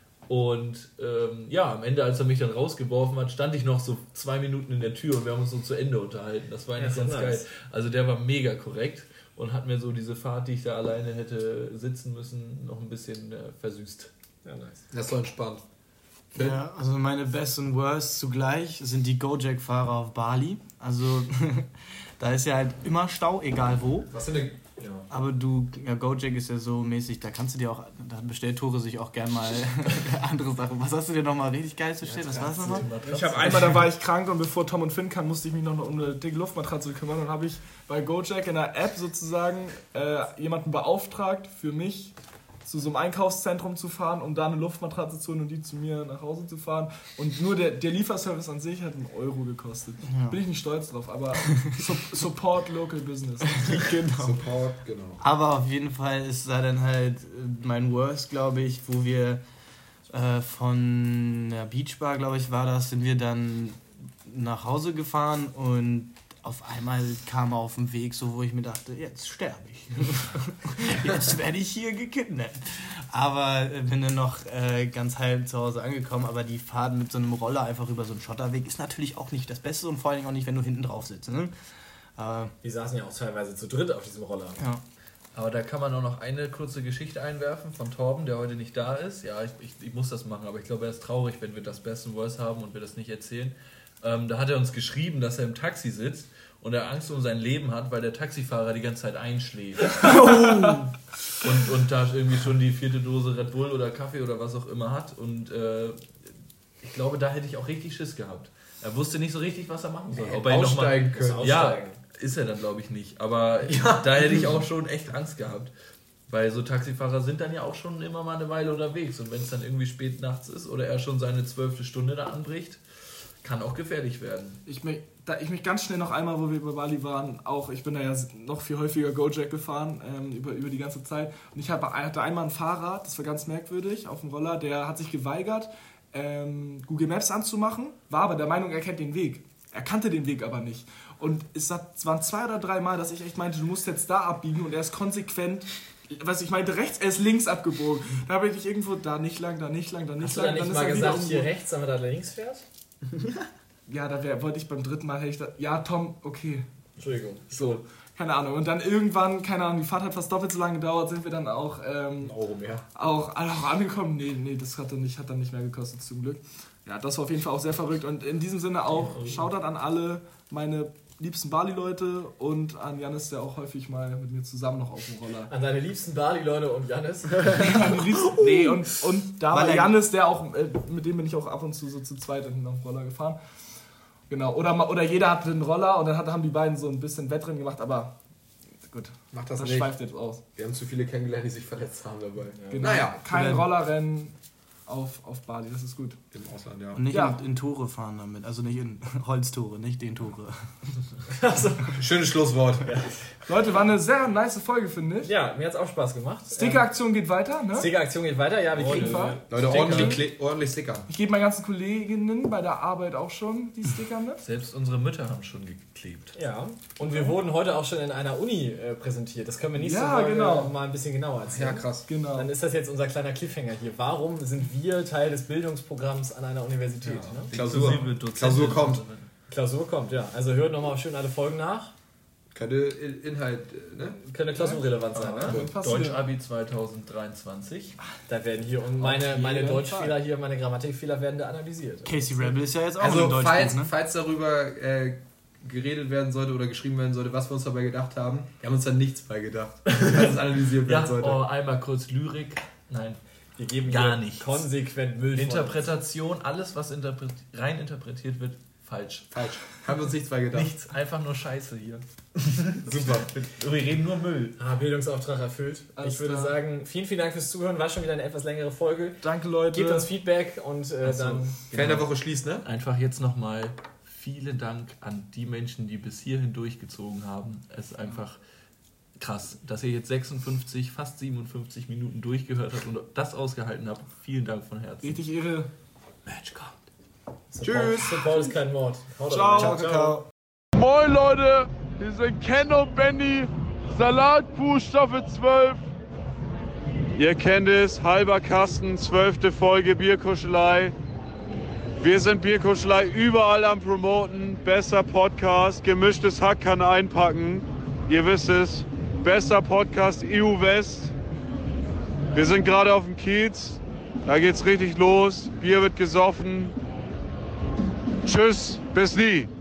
Und am Ende, als er mich dann rausgeworfen hat, stand ich noch so 2 Minuten in der Tür und wir haben uns so zu Ende unterhalten. Das war eigentlich ganz geil. Also der war mega korrekt und hat mir so diese Fahrt, die ich da alleine hätte sitzen müssen, noch ein bisschen versüßt. Ja, nice. Das ist so entspannt. Ja, also meine Best und Worst zugleich sind die Gojek-Fahrer auf Bali. Also da ist ja halt immer Stau, egal wo. Was sind denn... Ja. Aber Gojek ist ja so mäßig, da kannst du dir auch, da bestellt Tore sich auch gern mal andere Sachen. Was hast du dir nochmal richtig Geiles bestellt? Was war das nochmal? Ich habe einmal, da war ich krank und bevor Tom und Finn kamen, musste ich mich noch um eine dicke Luftmatratze kümmern und habe ich bei Gojek in der App sozusagen jemanden beauftragt, für mich zu so einem Einkaufszentrum zu fahren, um da eine Luftmatratze zu holen und die zu mir nach Hause zu fahren. Und nur der Lieferservice an sich hat €1 gekostet. Ja. Bin ich nicht stolz drauf, aber support local business. Genau. Support, genau. Aber auf jeden Fall ist da dann halt mein Worst, glaube ich, wo wir von der Beachbar, glaube ich, war das, sind wir dann nach Hause gefahren und auf einmal kam auf dem Weg so, wo ich mir dachte, jetzt sterbe ich. Jetzt werde ich hier gekidnappt. Aber bin dann noch ganz halb zu Hause angekommen, aber die Fahrt mit so einem Roller einfach über so einen Schotterweg ist natürlich auch nicht das Beste und vor allen Dingen auch nicht, wenn du hinten drauf sitzt. Ne? Die saßen ja auch teilweise zu dritt auf diesem Roller. Ja. Aber da kann man auch noch eine kurze Geschichte einwerfen von Torben, der heute nicht da ist. Ja, ich muss das machen, aber ich glaube, er ist traurig, wenn wir das Best and Worst haben und wir das nicht erzählen. Da hat er uns geschrieben, dass er im Taxi sitzt und er Angst um sein Leben hat, weil der Taxifahrer die ganze Zeit einschläft. und da irgendwie schon die 4. Dose Red Bull oder Kaffee oder was auch immer hat. Und ich glaube, da hätte ich auch richtig Schiss gehabt. Er wusste nicht so richtig, was er machen soll. Ob er aussteigen können. Ja, ist er dann, glaube ich, nicht. Aber da hätte ich auch schon echt Angst gehabt. Weil so Taxifahrer sind dann ja auch schon immer mal eine Weile unterwegs. Und wenn es dann irgendwie spät nachts ist oder er schon seine 12. Stunde da anbricht, kann auch gefährlich werden. Ich mich ganz schnell noch einmal, wo wir bei Bali waren, ich bin da ja noch viel häufiger Gojek gefahren, über die ganze Zeit. Und ich hatte einmal ein Fahrrad, das war ganz merkwürdig, auf dem Roller, der hat sich geweigert, Google Maps anzumachen, war aber der Meinung, er kennt den Weg. Er kannte den Weg aber nicht. Und es waren 2 oder 3 Mal, dass ich echt meinte, du musst jetzt da abbiegen und er ist konsequent Was ich meinte, rechts, er ist links abgebogen. Da bin ich irgendwo, da nicht lang, da nicht lang, da nicht Hast du lang. da nicht dann mal ist er gesagt, wieder hier irgendwo. rechts, damit er da links fährt? Ja, da wollte ich beim dritten Mal, hätte ich da, ja, Tom, okay. Entschuldigung. So, keine Ahnung. Und dann irgendwann, keine Ahnung, die Fahrt hat fast doppelt so lange gedauert, sind wir dann auch, Euro mehr. auch angekommen. Nee, das hat dann nicht mehr gekostet, zum Glück. Ja, das war auf jeden Fall auch sehr verrückt. Und in diesem Sinne auch Shoutout an alle meine liebsten Bali-Leute und an Jannis, der auch häufig mal mit mir zusammen noch auf dem Roller. An deine liebsten Bali-Leute und Jannis. Nee, und da war Weil er- Jannis, der auch, mit dem bin ich auch ab und zu so zu zweit auf dem Roller gefahren. Genau, oder jeder hatte einen Roller und dann haben die beiden so ein bisschen Wettrennen gemacht, aber gut, Mach das das nicht. schweift jetzt aus. Wir haben zu viele kennengelernt, die sich verletzt haben dabei. Genau. Naja, Kein Rollerrennen auf Bali, das ist gut. im Ausland, ja. Und nicht Ja. in Tore fahren damit. Also nicht in Holztore, nicht den Tore. Schönes Schlusswort. Leute, war eine sehr nice Folge, finde ich. Ja, mir hat's auch Spaß gemacht. Sticker-Aktion geht weiter, ne? Sticker-Aktion geht weiter, ja, wir Auf jeden kriegen Fall. Leute, Sticker. ordentlich stickern. Ich gebe meinen ganzen Kolleginnen bei der Arbeit auch schon die Sticker mit. Selbst unsere Mütter haben schon geklebt. Ja, und wir wurden heute auch schon in einer Uni präsentiert. Das können wir nächste Ja, Folge genau. mal ein bisschen genauer erzählen. Ja, krass. Genau. Dann ist das jetzt unser kleiner Cliffhanger hier. Warum sind wir Teil des Bildungsprogramms an einer Universität? Ne? Klausur kommt. Klausur kommt, ja. Also hört nochmal schön alle Folgen nach. Könnte Inhalt, ne? Könnte klausurrelevant sein, ne? Könnte passieren. Deutsch-Abi 2023. Da werden hier und meine Deutschfehler hier, meine Grammatikfehler werden da analysiert. Casey Rebel ist ja jetzt auch Also, in falls, Deutschland, ne? falls darüber geredet werden sollte oder geschrieben werden sollte, was wir uns dabei gedacht haben, wir haben uns da nichts bei gedacht, falls es analysiert werden Ja, sollte. oh, einmal kurz Lyrik. Nein, Wir geben Gar hier nichts. konsequent Müll von uns. Interpretation, alles was rein interpretiert wird, falsch. Falsch. Haben wir uns nichts bei gedacht. Nichts, einfach nur Scheiße hier. Super. Wir reden nur Müll. Bildungsauftrag erfüllt. Alles Ich würde klar. sagen, vielen Dank fürs Zuhören. War schon wieder eine etwas längere Folge. Danke, Leute. Gebt uns Feedback und dann... Fan der Woche schließt, ne? Einfach jetzt nochmal vielen Dank an die Menschen, die bis hierhin durchgezogen haben. Es ist einfach krass, dass ihr jetzt 56, fast 57 Minuten durchgehört habt und das ausgehalten habt. Vielen Dank von Herzen. Richtig irre. Match kommt. Tschüss. Support ist kein Wort. Haut Ciao. rein. Kakao. Moin Leute, wir sind Ken und Benny, Salatkuh Staffel 12. Ihr kennt es, halber Kasten, 12. Folge Bierkuschelei. Wir sind Bierkuschelei überall am Promoten, bester Podcast, gemischtes Hack kann einpacken. Ihr wisst es, bester Podcast EU West. Wir sind gerade auf dem Kiez, da geht's richtig los, Bier wird gesoffen. Tschüss, bis nie.